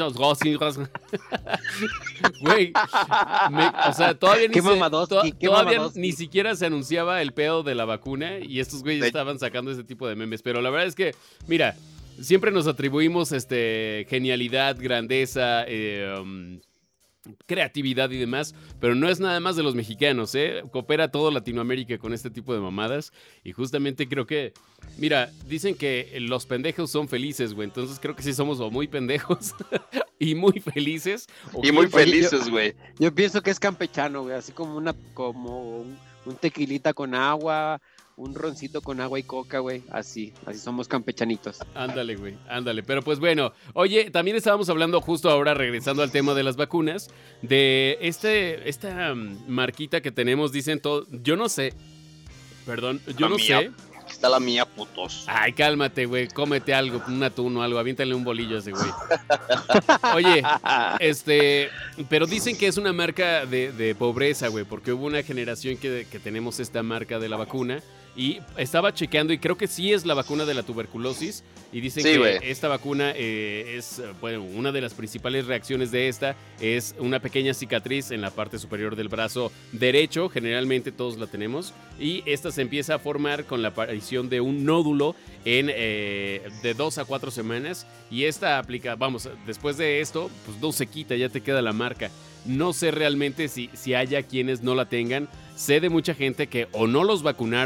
A: Güey, me- o sea, todavía, ni,
D: Qué
A: se-
D: mamadoski,
A: to-
D: qué
A: todavía
D: mamadoski.
A: ni siquiera se anunciaba el pedo de la vacuna y estos güeyes
C: De-
A: estaban sacando ese tipo de memes, pero la verdad es que, mira, siempre nos atribuimos este, genialidad, grandeza, eh, um, creatividad y demás, pero no es nada más de los mexicanos, ¿eh? Coopera todo Latinoamérica con este tipo de mamadas y justamente creo que, mira, dicen que los pendejos son felices, güey, entonces creo que sí somos o muy pendejos y muy felices. O
C: Y muy
A: quién sabe-
C: felices, güey.
D: Yo pienso que es campechano, güey, así como una, como un, un tequilita con agua, un roncito con agua y coca, güey, así, así somos campechanitos.
A: Ándale, güey, ándale. Pero pues bueno, oye, también estábamos hablando justo ahora, regresando al tema de las vacunas, de este, esta um, marquita que tenemos, dicen todo, yo no sé, perdón, yo
C: La
A: no
C: mía.
A: sé.
C: Aquí está la mía, putos.
A: Ay, cálmate, güey, cómete algo, un atún o algo, aviéntale un bolillo a ese güey. Oye, este, pero dicen que es una marca de, de pobreza, güey, porque hubo una generación que, que tenemos esta marca de la vacuna y estaba chequeando y creo que sí es la vacuna de la tuberculosis y dicen
C: Sí,
A: que
C: güey.
A: esta vacuna eh, es, bueno, una de las principales reacciones de esta es una pequeña cicatriz en la parte superior del brazo derecho, generalmente todos la tenemos, y esta se empieza a formar con la aparición de un nódulo en eh, de dos a cuatro semanas y esta aplica, vamos, después de esto, pues no se quita, ya te queda la marca. No sé realmente si, si haya quienes no la tengan. Sé de mucha gente que o no los vacunaron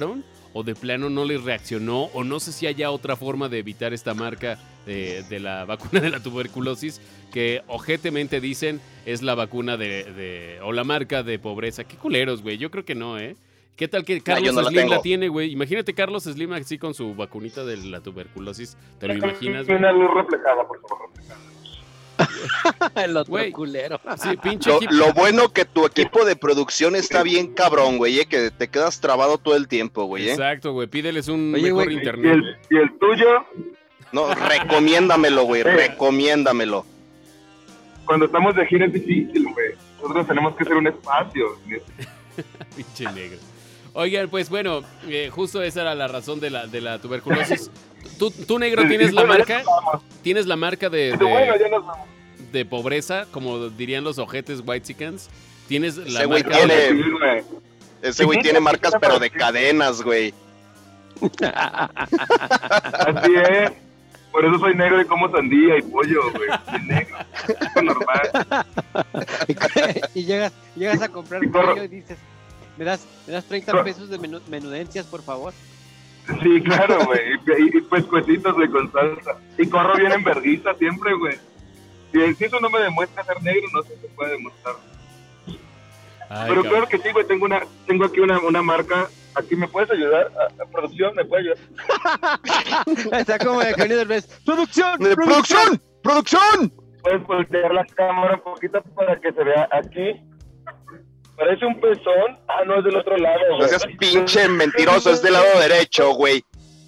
A: o de plano no les reaccionó, o no sé si haya otra forma de evitar esta marca de, de la vacuna de la tuberculosis, que ojetemente dicen es la vacuna de, de o la marca de pobreza. Qué culeros, güey. Yo creo que no, ¿eh? ¿Qué tal que Carlos
C: no la
A: Slim la,
C: tengo.
A: tiene, güey? Imagínate Carlos Slim así con su vacunita de la tuberculosis. ¿Te lo imaginas, güey?
B: Una luz reflejada, por favor, reflejada.
D: El otro
A: Güey.
D: culero.
A: Sí, pinche
C: Lo,
A: equipo.
C: lo bueno que tu equipo de producción está bien cabrón, güey, eh, que te quedas trabado todo el tiempo, güey. Eh.
A: Exacto, güey. Pídeles un
D: Oye,
A: mejor
D: güey,
B: ¿Y
A: internet.
B: el, y el tuyo?
C: No, recomiéndamelo, güey,
B: Eh.
C: recomiéndamelo.
B: Cuando estamos de gira es difícil, güey. Nosotros tenemos que hacer un espacio.
A: Pinche negro. Oigan, pues bueno, eh, justo esa era la razón de la, de la tuberculosis. ¿Tú, tú, negro, tienes la marca? ¿Tienes la marca de,
B: Pero bueno,
A: de,
B: ya nos vamos.
A: de pobreza, como dirían los ojetes whitesicans? ¿Tienes la
C: Ese güey
A: marca
C: tiene-
A: de...
B: Sí, güey.
C: Ese güey tiene marcas, pero de cadenas, güey.
B: Así es. Por eso soy negro y como sandía y pollo, güey. Soy negro. Es normal.
D: Y llegas, llegas a comprar
B: Y corro-
D: pollo y dices, ¿me das, me das treinta
B: Cor-
D: pesos de menú- menudencias, por favor?
B: Sí, claro, güey. Y, y pescuecitos, güey, con salsa. Y corro bien en vergüenza siempre, güey. Si, si eso no me demuestra ser negro, no sé si se puede demostrar.
A: Ay,
B: Pero
A: cabrón.
B: claro que sí, güey. Tengo, una, tengo aquí una, una marca. Aquí me puedes ayudar. ¿A, a producción me puede ayudar?
D: Está como de Eugenio Derbez. ¡Producción!
C: ¡De producción! ¡Producción!
B: Puedes voltear la cámara un poquito para que se vea aquí. Parece un pezón. Ah, no, es del otro lado,
C: No
B: güey.
C: seas pinche mentiroso, es del lado derecho, güey.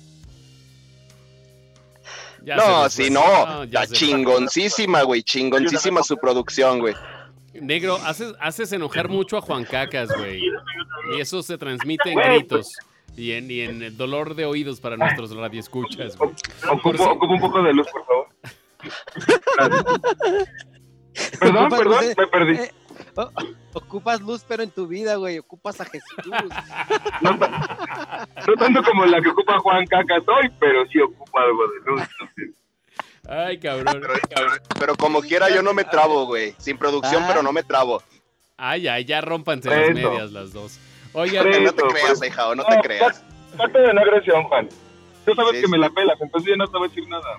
A: Ya se
C: No,
A: nos
C: si
A: fue.
C: no,
A: ya
C: está
A: se-
C: chingoncísima, güey, chingoncísima su producción, güey.
A: Negro, haces, haces enojar mucho a Juan Cacas, güey. Y eso se transmite en
B: Güey,
A: gritos. Y en, y en el dolor de oídos para nuestros radioescuchas, güey.
B: Ocupo, ocupo un poco de luz, por favor. Perdón,
D: Ocupas
B: perdón,
D: luz,
B: me perdí.
D: eh, o- ocupas luz, pero en tu vida, güey. Ocupas a Jesús.
B: No, ta- no tanto como la que ocupa Juan Cacas hoy, pero sí ocupo algo de luz.
A: Ay, cabrón.
C: Pero como quiera yo no me trabo, güey. Sin producción,
D: Ah.
C: pero no me trabo.
A: Ay, ay, ya rómpanse las
B: Eso.
A: medias las dos. Oigan,
B: Eso,
C: No te creas,
B: pues.
C: hija, no te creas.
B: Parte de la agresión, Juan. Tú sabes
C: Sí,
B: que
C: sí.
B: me la pelas, entonces yo no te voy a decir nada.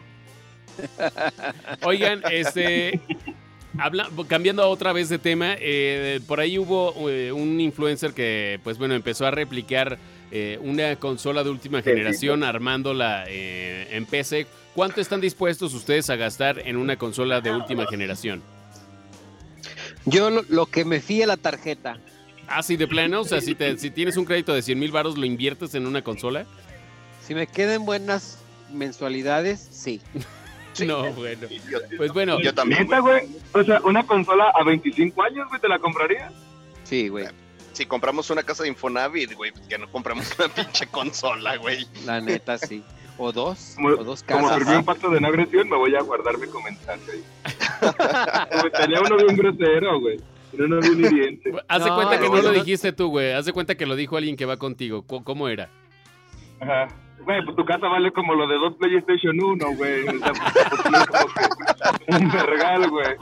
A: oigan, este... Habla, cambiando otra vez de tema, eh, por ahí hubo eh, un influencer que, pues bueno, empezó a replicar eh, una consola de última generación armándola eh, en P C. ¿Cuánto están dispuestos ustedes a gastar en una consola de última generación?
D: Yo lo, lo que me fíe la tarjeta.
A: Ah, sí, de plano, o sea, si, te, si tienes un crédito de cien mil baros, ¿lo inviertes en una consola?
D: Si me queden buenas mensualidades, sí.
A: No, bueno.
C: Yo,
A: Pues bueno,
C: yo también,
B: ¿Neta,
C: güey.
B: güey? O sea, una consola a veinticinco años, güey, ¿te la comprarías?
D: Sí, güey.
C: Si compramos una casa de Infonavit, güey, pues que no compramos una pinche consola, güey.
D: La neta, sí. O dos.
B: Como,
D: o dos
B: como
D: casas.
B: firmé un pacto de no agresión, me voy a guardar mi comentario ahí. Güey, tenía uno bien grosero, güey. Tenía uno bien hiriente.
A: haz de
D: No,
A: cuenta que
C: no,
A: no lo
C: no.
A: dijiste tú, güey. Haz de cuenta que lo dijo alguien que va contigo. ¿Cómo, cómo era?
B: Ajá. Güey, pues tu casa vale como lo de dos PlayStation uno, güey. O sea, pues, tienes como que un vergal, güey.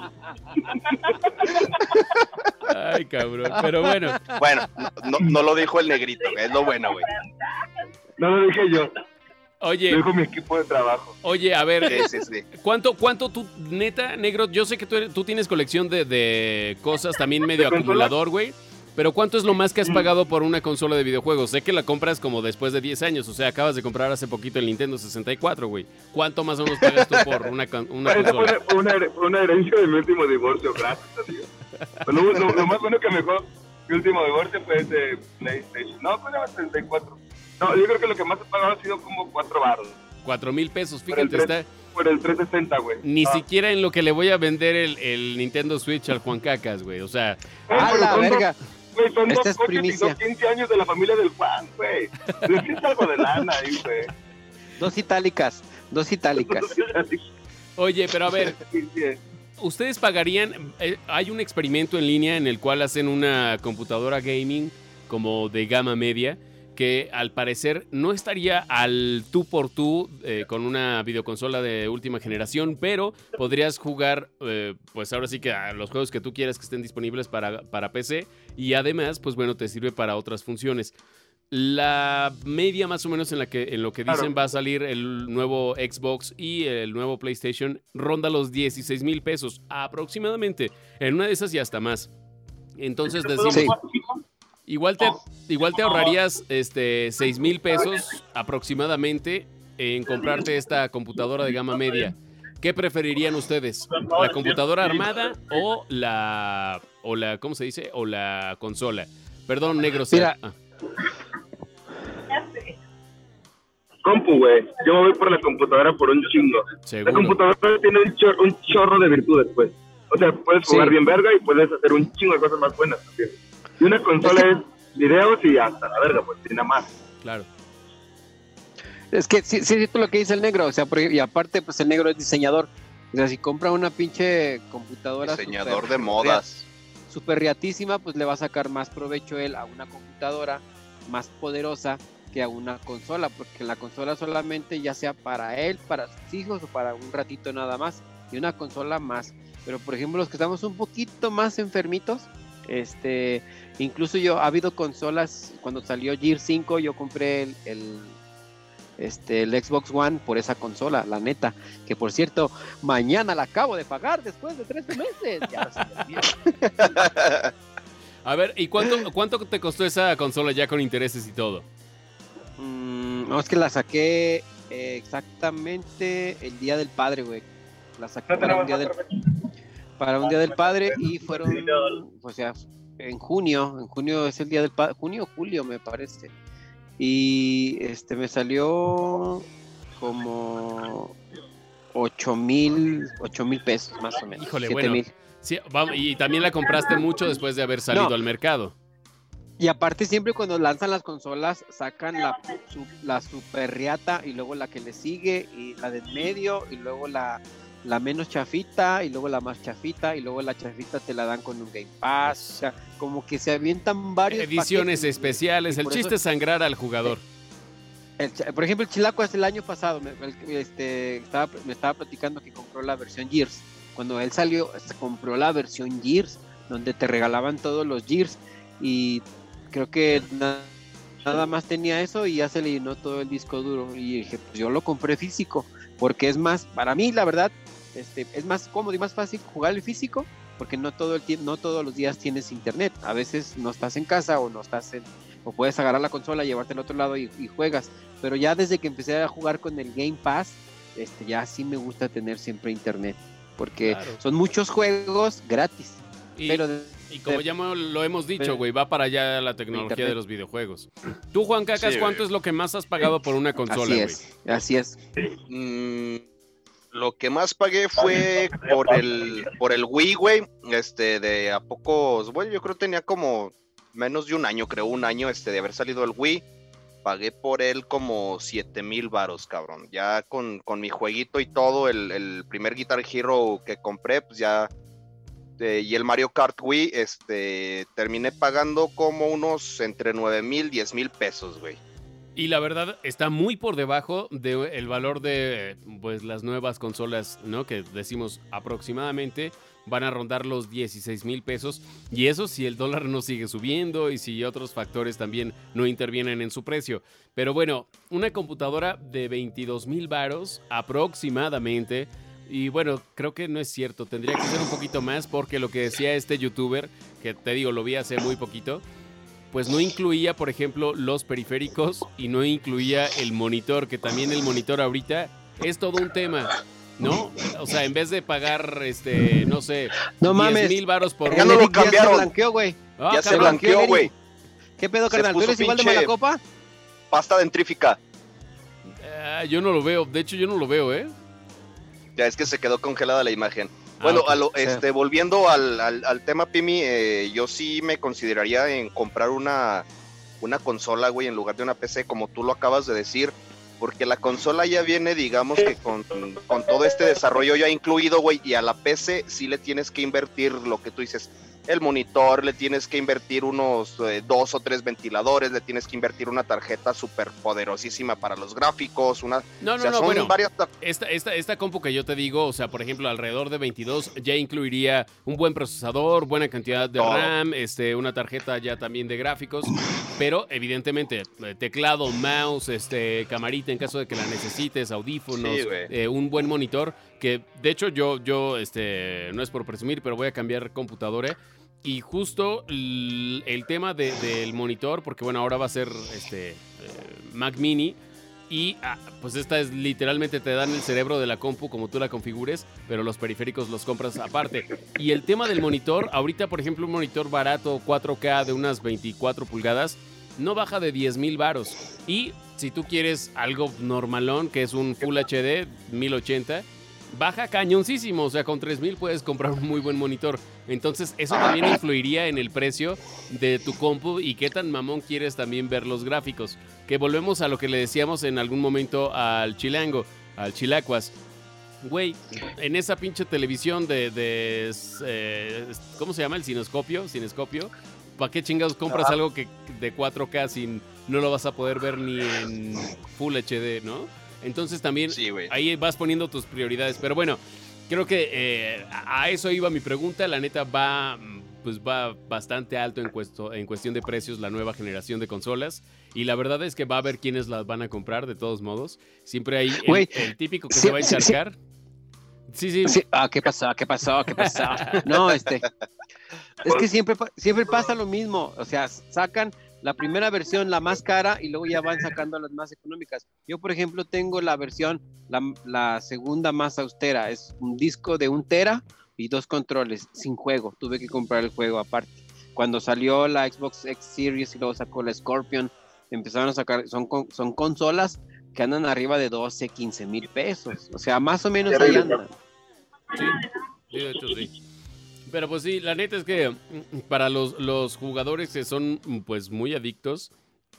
A: Ay, cabrón. Pero bueno,
C: Bueno, no, no, no lo dijo el negrito, güey, es lo bueno, güey.
B: No lo dije yo, lo
A: oye,
B: dijo mi equipo de trabajo.
A: oye, a ver,
C: Sí, sí, sí.
A: ¿cuánto, cuánto tú, neta, negro? Yo sé que tú, eres- tú tienes colección de, de cosas también medio
B: ¿De consolas?
A: acumulador, güey. Pero ¿cuánto es lo más que has pagado por una consola de videojuegos? Sé que la compras como después de diez años. O sea, acabas de comprar hace poquito el Nintendo sesenta y cuatro, güey. ¿Cuánto más o menos pagas tú por una, con- una
B: Esa fue
A: consola?
B: una, fue una, her- fue una herencia de mi último divorcio, gracias a Dios. Pero Lo, lo- lo más bueno que me dejó mi último divorcio fue ese PlayStation. No, fue de setenta y cuatro. No, yo creo que lo que más he pagado ha sido como cuatro baros.
A: Cuatro mil pesos,
B: Por el,
A: fíjate,
B: tres-
A: está
B: por el trescientos sesenta, güey.
A: ni
B: Ah.
A: siquiera en lo que le voy a vender el, el Nintendo Switch al Juan Cacas, güey. O sea,
B: Güey,
D: ¡A
B: pero
D: la
B: son dos-
D: verga!
B: Güey, son
D: Esta
B: dos
D: es
B: coches y
D: primicia.
B: dos quince años de la familia del Juan, güey. Es algo de lana ahí, güey.
D: Dos itálicas. Dos itálicas.
A: oye, pero a ver,
B: Sí, sí.
A: ¿ustedes pagarían? eh, hay un experimento en línea en el cual hacen una computadora gaming como de gama media que al parecer no estaría al tú por tú eh, con una videoconsola de última generación, pero podrías jugar, eh, pues ahora sí que a los juegos que tú quieras que estén disponibles para, para P C y además, pues bueno, te sirve para otras funciones. la media más o menos en la que en lo que dicen
B: Claro.
A: va a salir el nuevo Xbox y el nuevo PlayStation ronda los dieciséis mil pesos aproximadamente. En una de esas ya está más. Entonces decimos,
D: Sí.
A: igual te igual te ahorrarías este seis mil pesos aproximadamente en comprarte esta computadora de gama media. ¿Qué preferirían ustedes? ¿La computadora armada o la o la ¿cómo se dice? O la consola? Perdón, negro.
D: Mira.
A: ah.
B: Compu, güey. Yo me voy por la computadora por un chingo. La
A: Seguro.
B: computadora tiene un, chor- un chorro de virtudes, pues. O sea, puedes jugar
D: Sí.
B: bien verga y puedes hacer un chingo de cosas más buenas también. Y una consola es, videos y hasta la verga, pues, y nada más.
A: Claro.
D: Es que sí, sí es cierto lo que dice el negro, o sea, por- y aparte, pues el negro es diseñador. O sea, si compra una pinche computadora
C: Diseñador
D: super-
C: de modas.
D: super riatísima, pues le va a sacar más provecho él a una computadora más poderosa que a una consola, porque la consola solamente ya sea para él, para sus hijos o para un ratito nada más, y una consola más. Pero por ejemplo, los que estamos un poquito más enfermitos, este, incluso yo, ha habido consolas, cuando salió Gears cinco, yo compré el, el, este, el Xbox One por esa consola, la neta, que por cierto, mañana la acabo de pagar después de tres meses. Ya no se me olvida.
A: A ver, ¿y cuánto, cuánto te costó esa consola ya con intereses y todo?
D: Mm, no, es que la saqué eh, exactamente el día del padre, güey. La saqué para un día del, para un día del padre y fueron, o sea, en junio, en junio es el día del padre, junio o julio me parece. Y este me salió como ocho mil, ocho mil pesos más o menos.
A: Híjole,
D: siete
A: bueno.
D: mil.
A: Sí, vamos, y también la compraste mucho después de haber salido
D: No.
A: al mercado.
D: Y aparte siempre cuando lanzan las consolas sacan la, su- la super riata y luego la que le sigue y la del medio y luego la, la menos chafita y luego la más chafita y luego la chafita te la dan con un Game Pass. O sea, como que se avientan varios
A: Ediciones
D: paquetes.
A: especiales.
D: Y
A: El
D: por
A: chiste
D: eso-
A: es sangrar al jugador.
D: El ch- por ejemplo, el Chilaco es el año pasado, me, el- este, estaba, me estaba platicando que compró la versión Gears. Cuando él salió, se compró la versión Gears, donde te regalaban todos los Gears. Y creo que na- nada más tenía eso y ya se le llenó todo el disco duro. Y dije, pues yo lo compré físico, porque es más, para mí, la verdad, este, es más cómodo y más fácil jugar el físico, porque no todo el tiempo, no todos los días tienes internet. A veces no estás en casa o no estás en, o puedes agarrar la consola, llevarte al otro lado y, y juegas. Pero ya desde que empecé a jugar con el Game Pass, este, ya sí me gusta tener siempre internet, porque
A: Claro.
D: son muchos juegos gratis.
A: Y,
D: pero de-
A: y como ya mo- lo hemos dicho,
D: Pero-
A: güey, va para allá la tecnología
D: Internet.
A: de los videojuegos. Tú, Juan Cacas,
C: Sí,
A: ¿cuánto
C: güey.
A: es lo que más has pagado por una consola,
D: así
A: güey?
D: es, así es.
C: Mm, lo que más pagué fue por el por el Wii, güey. Este, de a pocos, bueno, yo creo que tenía como menos de un año, creo, un año este de haber salido el Wii. Pagué por él como siete mil varos, cabrón. Ya con, con mi jueguito y todo, el, el primer Guitar Hero que compré, pues ya. eh, y el Mario Kart Wii, este, terminé pagando como unos entre nueve mil, diez mil pesos, güey.
A: Y la verdad está muy por debajo del valor de pues las nuevas consolas, ¿no? Que decimos aproximadamente van a rondar los dieciséis mil pesos. Y eso si el dólar no sigue subiendo y si otros factores también no intervienen en su precio. Pero bueno, una computadora de veintidós mil varos aproximadamente. Y bueno, creo que no es cierto. Tendría que ser un poquito más porque lo que decía este youtuber, que te digo, lo vi hace muy poquito, pues no incluía, por ejemplo, los periféricos y no incluía el monitor, que también el monitor ahorita es todo un tema, ¿no? O sea, en vez de pagar, este, no sé,
D: No mames.
A: diez mil varos por
C: Ya
D: El
C: no lo
D: Eric ya
C: cambiaron.
D: se blanqueó, güey.
A: Ah,
C: ya se
A: cabrón.
C: blanqueó,
D: Eric.
C: güey.
D: ¿Qué pedo,
C: Se
D: carnal? ¿Tú
C: puso
D: eres igual de
C: pinche-
D: mala copa?
C: Pasta dentrífica.
A: Ah, yo no lo veo, de hecho yo no lo veo, ¿eh?
C: Ya es que se quedó congelada la imagen. Bueno,
A: Ah,
C: a lo,
D: sí.
C: este, volviendo al, al, al tema, Pimi, eh, yo sí me consideraría en comprar una, una consola, güey, en lugar de una P C, como tú lo acabas de decir, porque la consola ya viene, digamos que con, con todo este desarrollo ya incluido, güey, y a la P C sí le tienes que invertir lo que tú dices, el monitor, le tienes que invertir unos eh, dos o tres ventiladores, le tienes que invertir una tarjeta súper poderosísima para los gráficos, una...
A: No, no,
C: o sea,
A: no,
C: son
A: bueno,
C: varias...
A: esta, esta, esta compu que yo te digo, o sea, por ejemplo, alrededor de veintidós ya incluiría un buen procesador, buena cantidad de
C: Todo.
A: RAM, este, una tarjeta ya también de gráficos, pero evidentemente teclado, mouse, este, camarita en caso de que la necesites, audífonos,
C: Sí, güey.
A: eh, un buen monitor, que de hecho yo, yo, este, no es por presumir, pero voy a cambiar computadora. Y justo el, el tema de, del monitor, porque bueno, ahora va a ser este eh, Mac Mini. Y ah, pues esta es literalmente te dan el cerebro de la compu como tú la configures, pero los periféricos los compras aparte. Y el tema del monitor, ahorita por ejemplo un monitor barato cuatro K de unas veinticuatro pulgadas, no baja de diez mil varos. Y si tú quieres algo normalón, que es un Full H D mil ochenta, baja cañoncísimo, o sea, con tres mil puedes comprar un muy buen monitor. Entonces, eso también influiría en el precio de tu compu y qué tan mamón quieres también ver los gráficos. Que volvemos a lo que le decíamos en algún momento al Chilango, al Chilacuas. Güey, en esa pinche televisión de, de eh, ¿cómo se llama? El cinescopio, cinescopio. ¿Para qué chingados compras
B: Ah.
A: algo que de cuatro K sin no lo vas a poder ver ni en Full H D, ¿no? Entonces también
C: Sí, güey.
A: ahí vas poniendo tus prioridades. Pero bueno, creo que eh, a eso iba mi pregunta. La neta va, pues va bastante alto en, cuesto, en cuestión de precios la nueva generación de consolas. Y la verdad es que va a haber quienes las van a comprar de todos modos. Siempre hay el,
D: Güey,
A: el típico que
D: sí,
A: se va a
D: sí,
A: encharcar. Sí, sí.
D: Sí, ah, ¿qué pasó? ¿Qué pasó? ¿Qué pasó? No, este. Es que siempre, pa- siempre pasa lo mismo. O sea, sacan la primera versión, la más cara, y luego ya van sacando las más económicas. Yo, por ejemplo, tengo la versión, la, la segunda más austera. Es un disco de un tera y dos controles, sin juego. Tuve que comprar el juego aparte. Cuando salió la Xbox X Series y luego sacó la Scorpion, empezaron a sacar, son, con- son consolas que andan arriba de doce, quince mil pesos. O sea, más o menos ahí andan.
A: Sí, sí, de hecho sí. Pero pues sí, la neta es que mm, para los, los jugadores que son mm, pues muy adictos,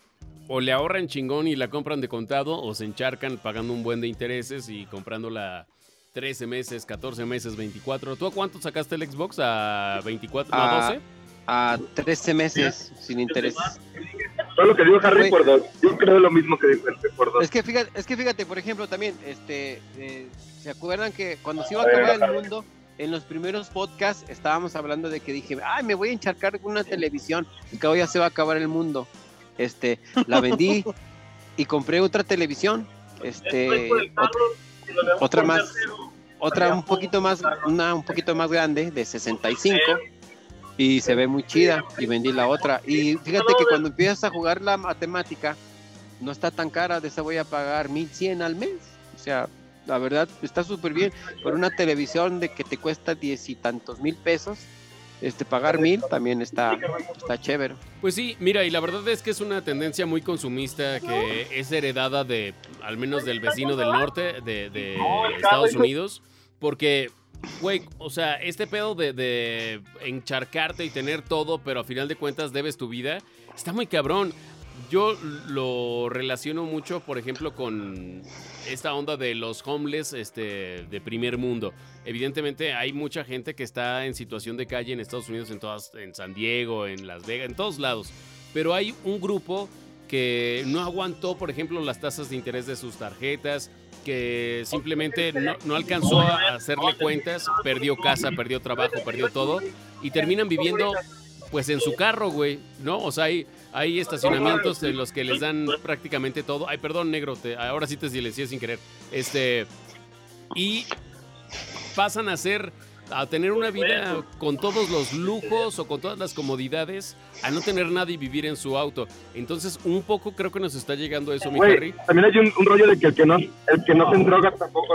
A: o le ahorran chingón y la compran de contado, o se encharcan pagando un buen de intereses y comprándola trece meses, catorce meses, veinticuatro. ¿Tú a cuánto sacaste el Xbox? ¿A veinticuatro? ¿No, a
D: Ah,
A: doce?
D: A trece meses sin intereses.
B: Todo lo que dijo Harry
D: Güey.
B: por dos. Yo creo lo mismo que dijo este por dos.
D: Es que fíjate, es que fíjate, por ejemplo, también, este, eh, ¿se acuerdan que cuando se iba a acabar el mundo, en los primeros podcasts estábamos hablando de que dije, ay, me voy a encharcar con una televisión, y que hoy ya se va a acabar el mundo. Este, la vendí y compré otra televisión, este, ot- otra más, otra un poquito más, una un poquito más grande, de sesenta y cinco, y se ve muy chida, y vendí la otra. Y fíjate que cuando empiezas a jugar la matemática, no está tan cara, de esa voy a pagar mil cien al mes. O sea, la verdad está súper bien. Por una televisión de que te cuesta diez y tantos mil pesos, este pagar mil también está, está chévere.
A: Pues sí, mira, y la verdad es que es una tendencia muy consumista que es heredada de, al menos del vecino del norte de, de Estados Unidos, porque, güey, o sea, este pedo de, de encharcarte y tener todo, pero a final de cuentas debes tu vida, está muy cabrón. Yo lo relaciono mucho, por ejemplo, con esta onda de los homeless este, de primer mundo. Evidentemente hay mucha gente que está en situación de calle en Estados Unidos, en todas, en San Diego, en Las Vegas, en todos lados. Pero hay un grupo que no aguantó, por ejemplo, las tasas de interés de sus tarjetas, que simplemente no, no alcanzó a hacerle cuentas, perdió casa, perdió trabajo, perdió todo, y terminan viviendo pues en su carro, güey, ¿no? O sea, hay, hay estacionamientos en los que les dan prácticamente todo. Ay, perdón, negro, te, ahora sí te silencié sin querer. Este, y pasan a ser, a tener una vida con todos los lujos o con todas las comodidades, a no tener nada y vivir en su auto. Entonces, un poco creo que nos está llegando eso, mi Harry.
B: Güey, también hay un, un rollo de que el que no, el que no se droga tampoco.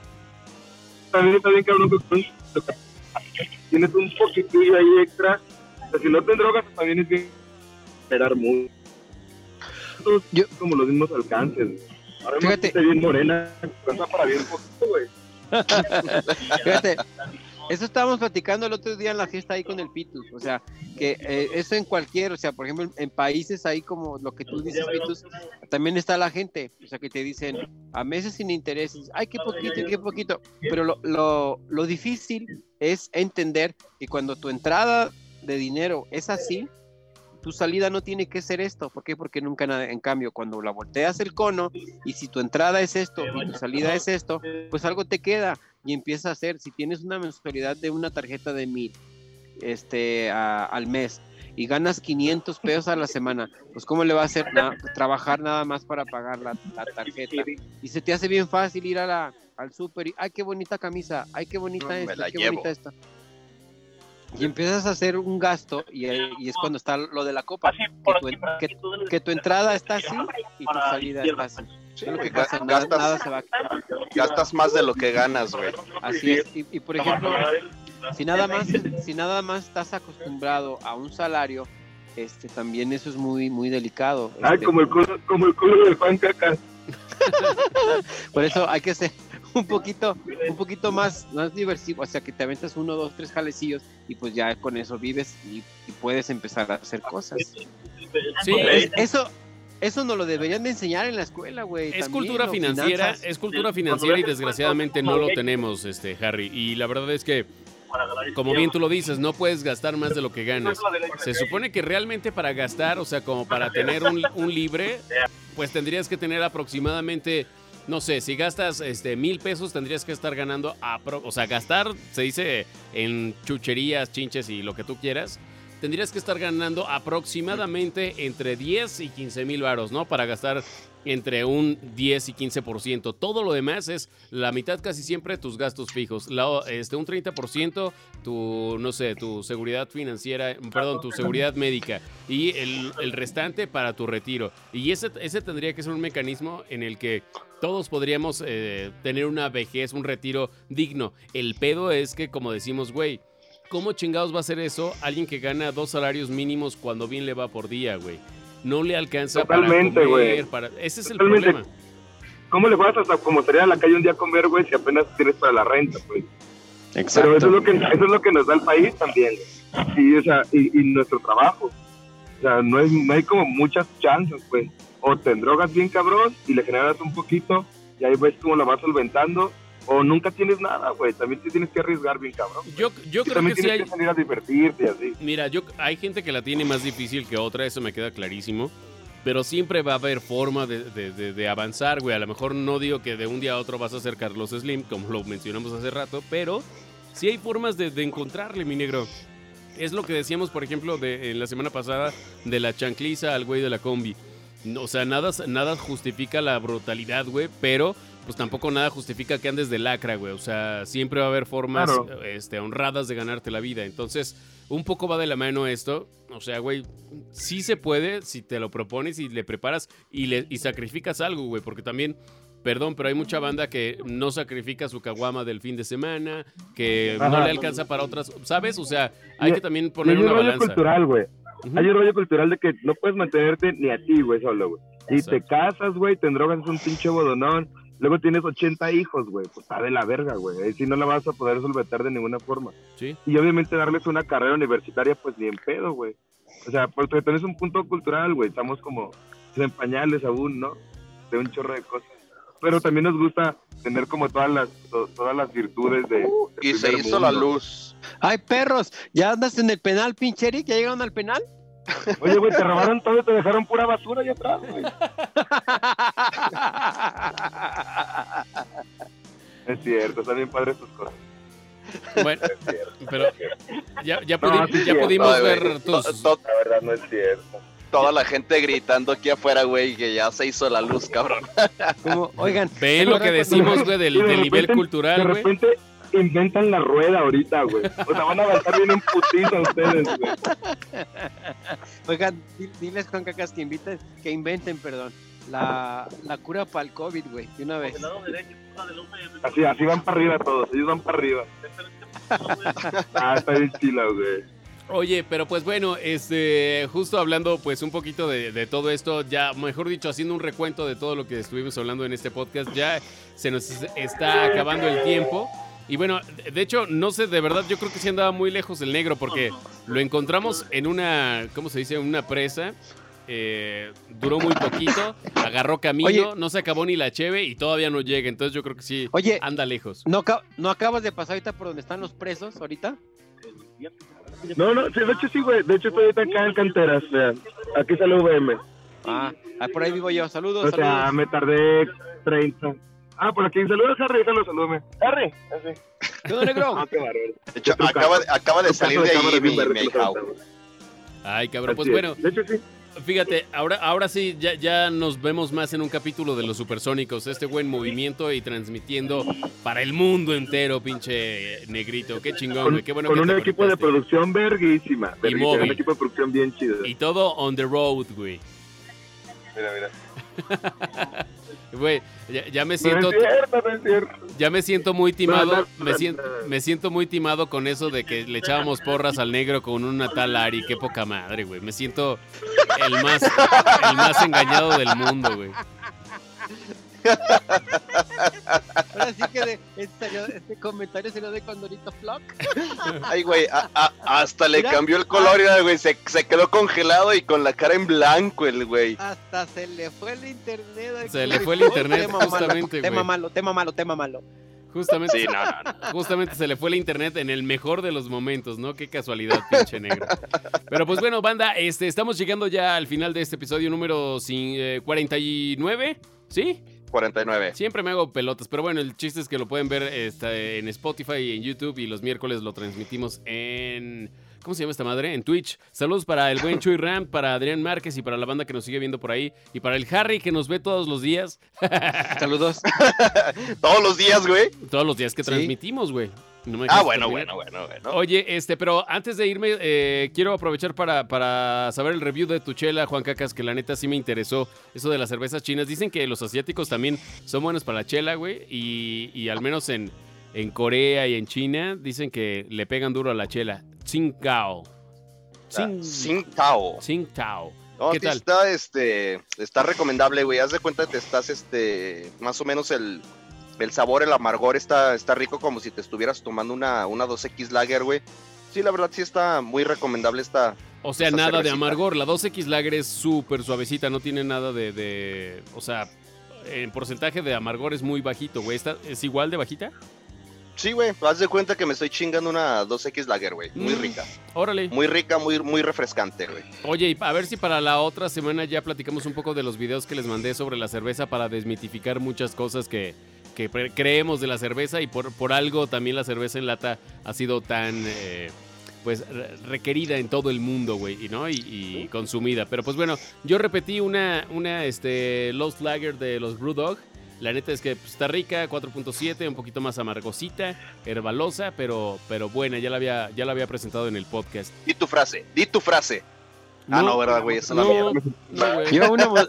B: También está bien cabrón que tienes un poquitillo ahí extra. O sea, si no te drogas, también es bien esperar mucho.
D: Yo-
B: Como los mismos alcances. Ahora
D: Fíjate.
B: me bien morena, pasa para bien poquito, güey.
D: Fíjate, eso estábamos platicando el otro día en la fiesta ahí con el Pitus, o sea, que eh, eso en cualquier, o sea, por ejemplo, en países ahí como lo que tú dices, Pitus, también está la gente, o sea, que te dicen a meses sin intereses, ay, qué poquito, qué poquito, pero lo, lo, lo difícil es entender que cuando tu entrada de dinero es así, tu salida no tiene que ser esto. ¿Por qué? Porque nunca nada. En cambio, cuando la volteas el cono y si tu entrada es esto y tu salida es esto, pues algo te queda y empieza a hacer. Si tienes una mensualidad de una tarjeta de mil este, a, al mes y ganas quinientos pesos a la semana, pues ¿cómo le va a hacer na- trabajar nada más para pagar la, la tarjeta? Y se te hace bien fácil ir a la, al súper y ¡ay, qué bonita camisa! ¡Ay, qué bonita
C: Me
D: esta!
C: la
D: ¡Qué
C: llevo.
D: bonita esta! Y empiezas a hacer un gasto y, y es cuando está lo de la copa, que tu, en- que, que tu entrada está así y tu salida está así. Es lo que pasa, nada,
C: Gastas-
D: nada se va a quitar.
C: Gastas más de lo que ganas, güey.
D: Así es. Y, y por ejemplo, si nada más, si nada más estás acostumbrado a un salario, este también eso es muy, muy delicado.
B: Ay,
D: Este,
B: como el culo, como el culo del Juan Caca.
D: por eso hay que ser un poquito, un poquito más, más diversivo, o sea que te aventas uno, dos, tres jalecillos y pues ya con eso vives y, y puedes empezar a hacer cosas.
A: Sí,
D: Es- eso, eso nos lo deberían de enseñar en la escuela, güey.
A: es
D: también,
A: cultura
D: ¿no?
A: financiera,
D: Finanzas.
A: es cultura financiera y desgraciadamente no lo tenemos, este Harry. Y la verdad es que, como bien tú lo dices, no puedes gastar más de lo que ganas. Se supone que realmente para gastar, o sea, como para tener un, un libre, pues tendrías que tener aproximadamente, no sé, si gastas este mil pesos, tendrías que estar ganando, apro- o sea, gastar, se dice en chucherías, chinches y lo que tú quieras, tendrías que estar ganando aproximadamente entre diez y quince mil varos, ¿no? Para gastar entre un diez y quince por ciento. Todo lo demás es la mitad casi siempre tus gastos fijos. La, este, un treinta por ciento tu, no sé, tu seguridad financiera, perdón, tu seguridad médica. Y el, el restante para tu retiro. Y ese, ese tendría que ser un mecanismo en el que todos podríamos eh, tener una vejez, un retiro digno. El pedo es que, como decimos, güey, ¿cómo chingados va a ser eso alguien que gana dos salarios mínimos cuando bien le va por día, güey? No le alcanza
B: Totalmente,
A: para comer,
B: güey.
A: para... Ese es el
B: Totalmente.
A: problema.
B: ¿Cómo le vas hasta como salir a la calle un día a comer, güey, si apenas tienes para la renta, pues?
D: Exacto.
B: Pero eso es lo que eso es lo que nos da el país también, güey. Y, o sea, y, y nuestro trabajo. O sea, no, es, no hay como muchas chances, pues. O te drogas bien cabrón y le generas un poquito y ahí ves cómo la vas solventando. O nunca tienes nada, güey. También te tienes que arriesgar bien cabrón.
A: Yo, yo
B: Y
A: creo
B: también
A: que sí
B: tienes
A: hay...
B: que salir a divertirte y así.
A: Mira, yo, hay gente que la tiene más difícil que otra, eso me queda clarísimo. Pero siempre va a haber forma de, de, de, de avanzar, güey. A lo mejor no digo que de un día a otro vas a ser Carlos Slim, como lo mencionamos hace rato, pero sí hay formas de, de encontrarle, mi negro. Es lo que decíamos, por ejemplo, de, en la semana pasada, de la chancliza al güey de la combi. No, o sea, nada, nada justifica la brutalidad, güey, pero pues tampoco nada justifica que andes de lacra, güey. O sea, siempre va a haber formas
B: Claro.
A: este, honradas de ganarte la vida. Entonces, un poco va de la mano esto. O sea, güey, sí se puede si te lo propones y le preparas y, le, y sacrificas algo, güey. Porque también, perdón, pero hay mucha banda que no sacrifica su caguama del fin de semana, que
B: Ajá.
A: no le alcanza para otras, ¿sabes? O sea, hay
B: Y-
A: que también
B: Y
A: poner
B: hay un
A: una
B: rollo
A: balanza.
B: cultural, güey.
A: Ujú.
B: Hay un rollo cultural de que no puedes mantenerte ni a ti, güey, solo, güey. Y
A: Exacto.
B: te casas, güey, te endrogas, es un pinche bodonón. Luego tienes ochenta hijos, güey. Pues está de la verga, güey. Ahí sí no la vas a poder solventar de ninguna forma.
A: Sí.
B: Y obviamente darles una carrera universitaria, pues ni en pedo, güey. O sea, porque tenés un punto cultural, güey. Estamos como en pañales aún, ¿no? De un chorro de cosas. Pero también nos gusta tener como todas las to- todas las virtudes de...
C: Uh,
B: del
C: y se
B: primer
C: hizo la
B: mundo.
C: luz.
D: Ay, perros, ¿ya andas en el penal, pinche Eric? ¿Ya llegaron al penal?
B: Oye, güey, te robaron todo y te dejaron pura basura allá atrás, güey. Es cierto, están bien padres tus cosas.
A: Bueno,
B: Es cierto.
A: pero ya, ya,
B: No,
A: pudi-
B: sí,
A: ya
B: sí,
A: pudimos
C: Ay, güey,
A: ver
C: to-
A: tus...
C: to-
B: La verdad no es cierto.
C: toda la gente gritando aquí afuera, güey, que ya se hizo la luz, cabrón.
D: Como, oigan,
A: Ven lo que decimos, güey, del,
B: Y de
A: del nivel
B: repente-
A: cultural,
B: De
A: güey.
B: repente inventan la rueda ahorita, güey. O sea, van a avanzar bien en putiza ustedes, güey.
D: oigan, di- diles Juan Cacas que inviten, que inventen, perdón, la, la cura para el COVID, güey, de una vez.
B: Así, así van para arriba todos, ellos van para arriba. Ah, está bien chila, güey.
A: Oye, pero pues bueno, este, justo hablando pues un poquito de, de todo esto, ya mejor dicho, haciendo un recuento de todo lo que estuvimos hablando en este podcast, ya se nos está acabando el tiempo. Y bueno, de hecho, no sé, de verdad, yo creo que sí andaba muy lejos el negro porque lo encontramos en una, ¿cómo se dice? Una presa. Eh, duró muy poquito, agarró camino,
D: Oye.
A: no se acabó ni la cheve y todavía no llega. Entonces yo creo que sí
D: Oye,
A: anda lejos.
D: ¿no, aca- ¿no acabas de pasar ahorita por donde están los presos ahorita?
B: No, no, sí, de hecho sí, güey. De hecho estoy ahorita acá en Canteras, o sea, aquí sale V M.
D: Ah, ah, por ahí vivo yo. Saludos,
B: O sea,
D: saludos.
B: me tardé treinta. Ah, por aquí, saludos, Harry, déjalo, salúdame. Harry, así.
D: ¿Qué onda, negro?
B: Ah, qué bárbaro.
C: De hecho, acaba, acaba de salir de ahí mi, mi ahijao.
A: Ay, cabrón, pues
B: Así es.
A: bueno,
B: De hecho sí.
A: fíjate, ahora, ahora sí, ya, ya nos vemos más en un capítulo de los Supersónicos. Este buen movimiento y transmitiendo para el mundo entero, pinche negrito. Qué chingón,
B: Con,
A: güey. Qué bueno
B: con
A: que
B: un
A: te
B: equipo de
A: conectaste.
B: producción verguísima. verguísima,
A: móvil.
B: Un equipo de producción bien chido.
A: Y todo on the road, güey.
B: Mira, mira.
A: Güey, ya, ya me
B: No
A: siento...
B: es cierto, no es cierto.
A: Ya me siento muy
B: No,
A: timado,
B: no,
A: me
B: no,
A: siento,
B: no.
A: me siento muy timado con eso de que le echábamos porras al negro con una tal Ari, qué poca madre, güey. Me siento el más, el más engañado del mundo, güey.
D: Ahora sí que de, este, salió- este comentario se lo de Condorito Flock.
C: Ay, güey, a- a- hasta le
D: Mira.
C: cambió el color, y, güey, se, se quedó congelado y con la cara en blanco el güey.
D: Hasta se le fue el internet. ay,
A: Se
D: qué
A: le fue el
D: rico.
A: internet,
D: Tema malo,
A: justamente,
D: Tema
A: güey.
D: malo, tema malo, tema malo.
A: Justamente,
C: Sí, no, no, no.
A: justamente se le fue el internet en el mejor de los momentos, ¿no? Qué casualidad, pinche negro. Pero pues bueno, banda, este, estamos llegando ya al final de este episodio número cin- eh, cuarenta y nueve, ¿sí?
C: cuarenta y nueve.
A: Siempre me hago pelotas, pero bueno, el chiste es que lo pueden ver este, en Spotify y en YouTube y los miércoles lo transmitimos en... ¿Cómo se llama esta madre? En Twitch. Saludos para el buen Chuy Ram, para Adrián Márquez y para la banda que nos sigue viendo por ahí. Y para el Harry que nos ve todos los días.
D: Saludos.
C: Todos los días, güey.
A: Todos los días que
D: Sí.
A: transmitimos, güey. No me
C: Ah,
A: dejes
C: bueno,
A: terminar.
C: bueno, bueno, bueno.
A: Oye, este, pero antes de irme, eh, quiero aprovechar para, para saber el review de tu chela, Juan Cacas, que la neta sí me interesó eso de las cervezas chinas. Dicen que los asiáticos también son buenos para la chela, güey, y, y al menos en, en Corea y en China dicen que le pegan duro a la chela. Tsingtao. Tsing-
C: Tsingtao.
A: Tsingtao.
C: No,
A: ¿Qué
C: sí
A: tal?
C: está, este, está recomendable, güey. Haz de cuenta que te estás, este, más o menos el, el sabor, el amargor está, está rico como si te estuvieras tomando una, una dos equis Lager, güey. Sí, la verdad sí está muy recomendable esta.
A: O sea,
C: esta
A: nada de
C: cervecita.
A: amargor. La dos equis Lager es súper suavecita, no tiene nada de, de... O sea, en porcentaje de amargor es muy bajito, güey. ¿Esta ¿Es igual de bajita?
C: Sí, güey. Haz de cuenta que me estoy chingando una dos equis Lager, güey. Muy
A: Mm.
C: rica.
A: Órale.
C: Muy rica, muy, muy refrescante, güey.
A: Oye, y a ver si para la otra semana ya platicamos un poco de los videos que les mandé sobre la cerveza para desmitificar muchas cosas que, que pre- creemos de la cerveza y por, por algo también la cerveza en lata ha sido tan eh, pues re- requerida en todo el mundo, güey, y, ¿no? Y, y consumida. Pero pues bueno, yo repetí una, una este, Lost Lager de los Brewdog. La neta es que pues, está rica, cuatro punto siete, un poquito más amargosita, herbalosa, pero, pero buena, ya la, había, ya la había presentado en el podcast.
C: Di tu frase, di tu frase. Ah, no, ¿verdad, güey? Esa es la
A: No,
C: mierda.
A: no, güey.
D: Yo una, mo-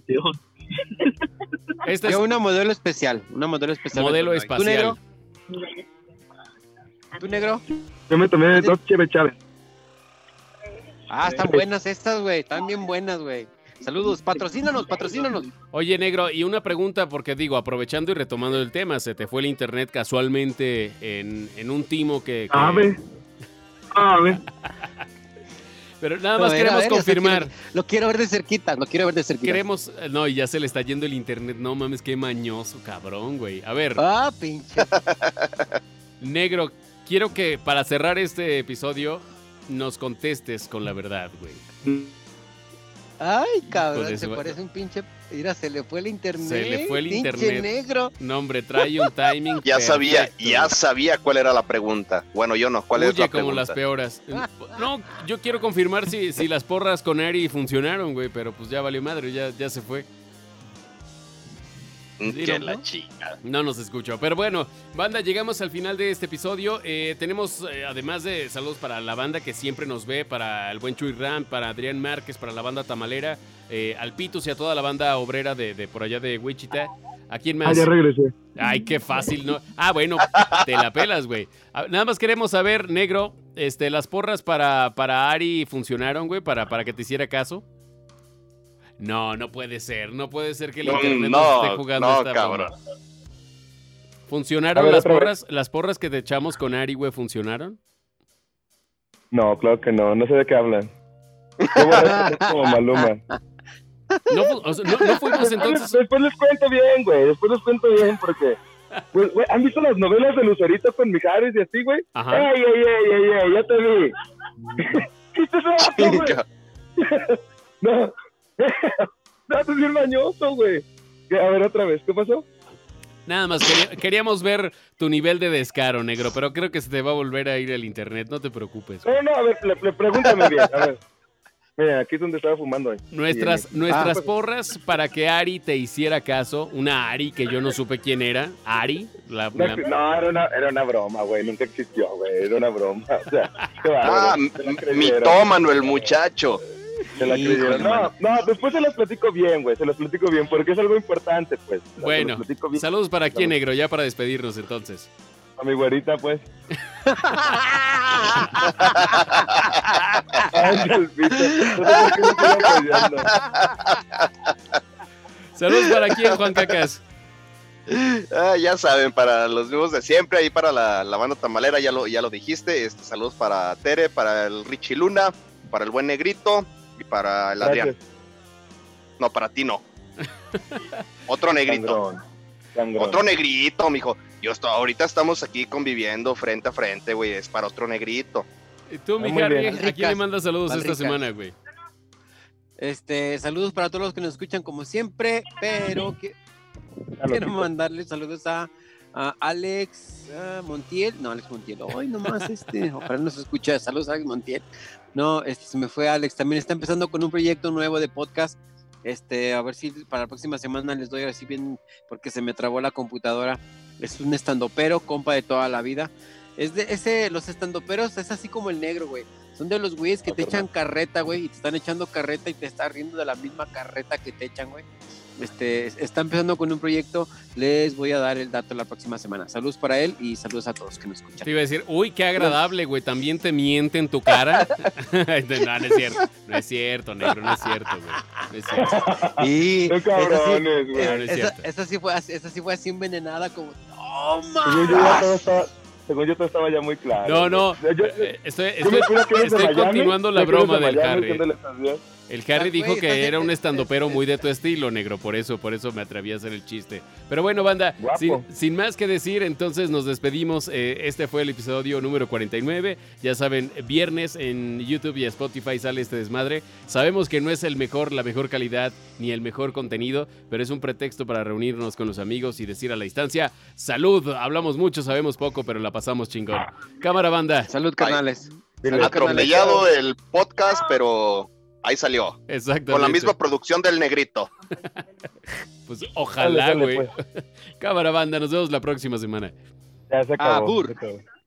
A: Esta es
D: yo una modelo especial. Una modelo especial.
A: modelo
D: ¿Tú,
A: espacial.
D: negro? ¿Tú, negro?
B: Yo me tomé dos Cheve Chávez.
D: Ah, están buenas estas, güey. Están bien buenas, güey. Saludos. Patrocínanos, patrocínanos.
A: Oye, negro, y una pregunta, porque digo, aprovechando y retomando el tema, se te fue el internet casualmente en, en un timo que... que-
B: Ave. Ave.
A: Pero nada
D: A
A: más
D: ver, a
A: queremos
D: ver, ya sé
A: confirmar.
D: que Lo quiero ver de cerquita, lo quiero ver de cerquita.
A: Queremos... No, y ya se le está yendo el internet. No mames, qué mañoso, cabrón, güey. A ver,
D: Ah, pinche.
A: negro, quiero que para cerrar este episodio nos contestes con la verdad, güey.
D: Ay, cabrón,
A: Híjole,
D: se
A: su-
D: parece un pinche. Mira, se le fue el internet.
A: Se le fue el
D: pinche
A: internet.
D: negro.
A: No, hombre, trae un timing
C: Ya sabía,
A: perfecto,
C: ya
A: güey.
C: sabía cuál era la pregunta. Bueno, yo no. ¿Cuál es
A: Huye
C: la
A: como
C: pregunta?
A: las peoras. No, yo quiero confirmar si, si las porras con Ari funcionaron, güey, pero pues ya valió madre, ya, ya se fue.
C: Mm,
A: Sí,
C: que
A: ¿no?
C: la chica.
A: No nos escuchó. Pero bueno, banda, llegamos al final de este episodio. Eh, tenemos, eh, además de saludos para la banda que siempre nos ve, para el buen Chuy Ram, para Adrián Márquez, para la banda tamalera, eh, al Pitus y a toda la banda obrera de, de por allá de Wichita. ¿A quién
B: Ah,
A: más?
B: ya regresé.
A: Ay, qué fácil, ¿no? Ah, bueno, te la pelas, güey. Ah, nada más queremos saber, negro, este, las porras para, para Ari funcionaron, güey, para, para que te hiciera caso. No, no puede ser, no puede ser que el
C: No,
A: internet
C: no,
A: nos esté jugando
C: no,
A: esta
C: cabrón.
A: broma. ¿Funcionaron
B: A ver,
A: las
B: otra vez.
A: porras? ¿Las porras que te echamos con Ari, güey, funcionaron?
B: No, claro que no. No sé de qué hablan. Qué borracho, es como Maluma.
A: No, fu- o sea, no, no fuimos entonces...
B: Después les cuento bien, güey. Después les cuento bien porque Pues, güey, ¿han visto las novelas de Lucerito con Mijares y así, güey?
A: Ajá.
B: ¡Ey, ey, ey, ey, ey! ¡Ya te vi! ¿Viste ese vato, güey?
C: Chinga.
B: No. No, es bien mañoso, güey. A ver, otra vez, ¿qué pasó?
A: Nada más, quería- queríamos ver tu nivel de descaro, negro, pero creo que se te va a volver a ir el internet, no te preocupes.
B: No, no, a ver, le, le- pregúntame bien, a ver. Mira, aquí es donde estaba fumando hoy.
A: Nuestras,
B: Bien,
A: nuestras
B: Ah, pues,
A: porras para que Ari te hiciera caso, una Ari que yo no supe quién era, Ari, la,
B: No,
A: la-
B: no, era una, era una broma, güey, nunca existió, güey, era una broma. O sea, qué
C: Ah,
B: bárbaro. Se la creyeron.
C: mitómano el muchacho.
B: Se la
C: Híjole,
B: creyeron. No,
C: mano.
B: no, después se las platico bien, güey, se las platico bien, porque es algo importante, pues. Se las
A: Bueno,
B: platico bien.
A: saludos para quién, negro, ya para despedirnos entonces.
B: A mi güerita, pues. Ay, Dios mío, no sé por qué me estoy apoyando.
A: Saludos para quién, Juan Cacas.
C: Ah, ya saben, para los mismos de siempre, ahí para la, la banda tamalera, ya lo, ya lo dijiste. Este, saludos para Tere, para el Richie Luna, para el buen Negrito y para el Adrián.
B: Gracias.
C: No, para ti no. Otro negrito.
B: Sangrón, sangrón.
C: Otro negrito, mijo. Yo estoy, ahorita estamos aquí conviviendo frente a frente, güey. Es para otro negrito.
A: Y tú,
B: Ah,
A: mi
B: muy
A: Harry,
B: bien.
A: ¿a quién le mandas saludos esta
D: Ricas.
A: semana, güey?
D: Este, saludos para todos los que nos escuchan como siempre, pero que,
B: A lo
D: quiero
B: quito.
D: mandarles saludos a, a Alex a Montiel, no, Alex Montiel, hoy nomás este, ojalá nos escucha, saludos a Alex Montiel, no, este, se me fue Alex, también está empezando con un proyecto nuevo de podcast, este, a ver si para la próxima semana les doy así bien, porque se me trabó la computadora, es un estandopero, compa de toda la vida, es de ese, los estandoperos es así como el negro, güey. Son de los güeyes que te echan carreta, güey, y te están echando carreta y te estás riendo de la misma carreta que te echan, güey. Este, está empezando con un proyecto, les voy a dar el dato la próxima semana. Saludos para él y saludos a todos que nos escuchan.
A: Te iba a decir, uy, qué agradable, güey, también te miente en tu cara. No, no es cierto, no es cierto, negro, no es cierto, güey, no es cierto.
D: Y
B: Qué
D: esa sí,
B: cabrones, güey.
A: No, no es
D: esa,
A: cierto.
D: esa sí fue, así- esa sí fue así envenenada como,
B: Según yo, ya
D: ¡toma!
B: todo estaba, según yo todo estaba ya muy claro.
A: No, no,
B: güey. Yo- yo-
A: eh, estoy,
B: yo me
A: estoy,
B: acuerdo que eres de
A: estoy
B: Miami,
A: continuando la
B: sé que eres
A: broma
B: de
A: del
B: Miami,
A: Harry.
B: ¿dónde le estás bien?
A: El Harry
D: Ah,
A: dijo
D: güey,
A: que
D: estás-
A: era un estandopero muy de tu estilo, negro, por eso, por eso me atreví a hacer el chiste. Pero bueno, banda,
B: Guapo.
A: sin, sin más que decir, entonces nos despedimos. Eh, este fue el episodio número cuarenta y nueve. Ya saben, viernes en YouTube y Spotify sale este desmadre. Sabemos que no es el mejor, la mejor calidad ni el mejor contenido, pero es un pretexto para reunirnos con los amigos y decir a la distancia, salud, hablamos mucho, sabemos poco, pero la pasamos chingón. Cámara, banda.
D: Salud, carnales.
B: Dile.
D: Salud,
C: Atropellado el podcast, pero ahí salió.
A: Exactamente.
C: Con la misma producción del Negrito.
A: Pues ojalá,
B: Dale, dale,
A: güey.
B: pues.
A: Cámara, banda, nos vemos la próxima semana.
B: Ya se acabó.
D: Abur.
B: se acabó.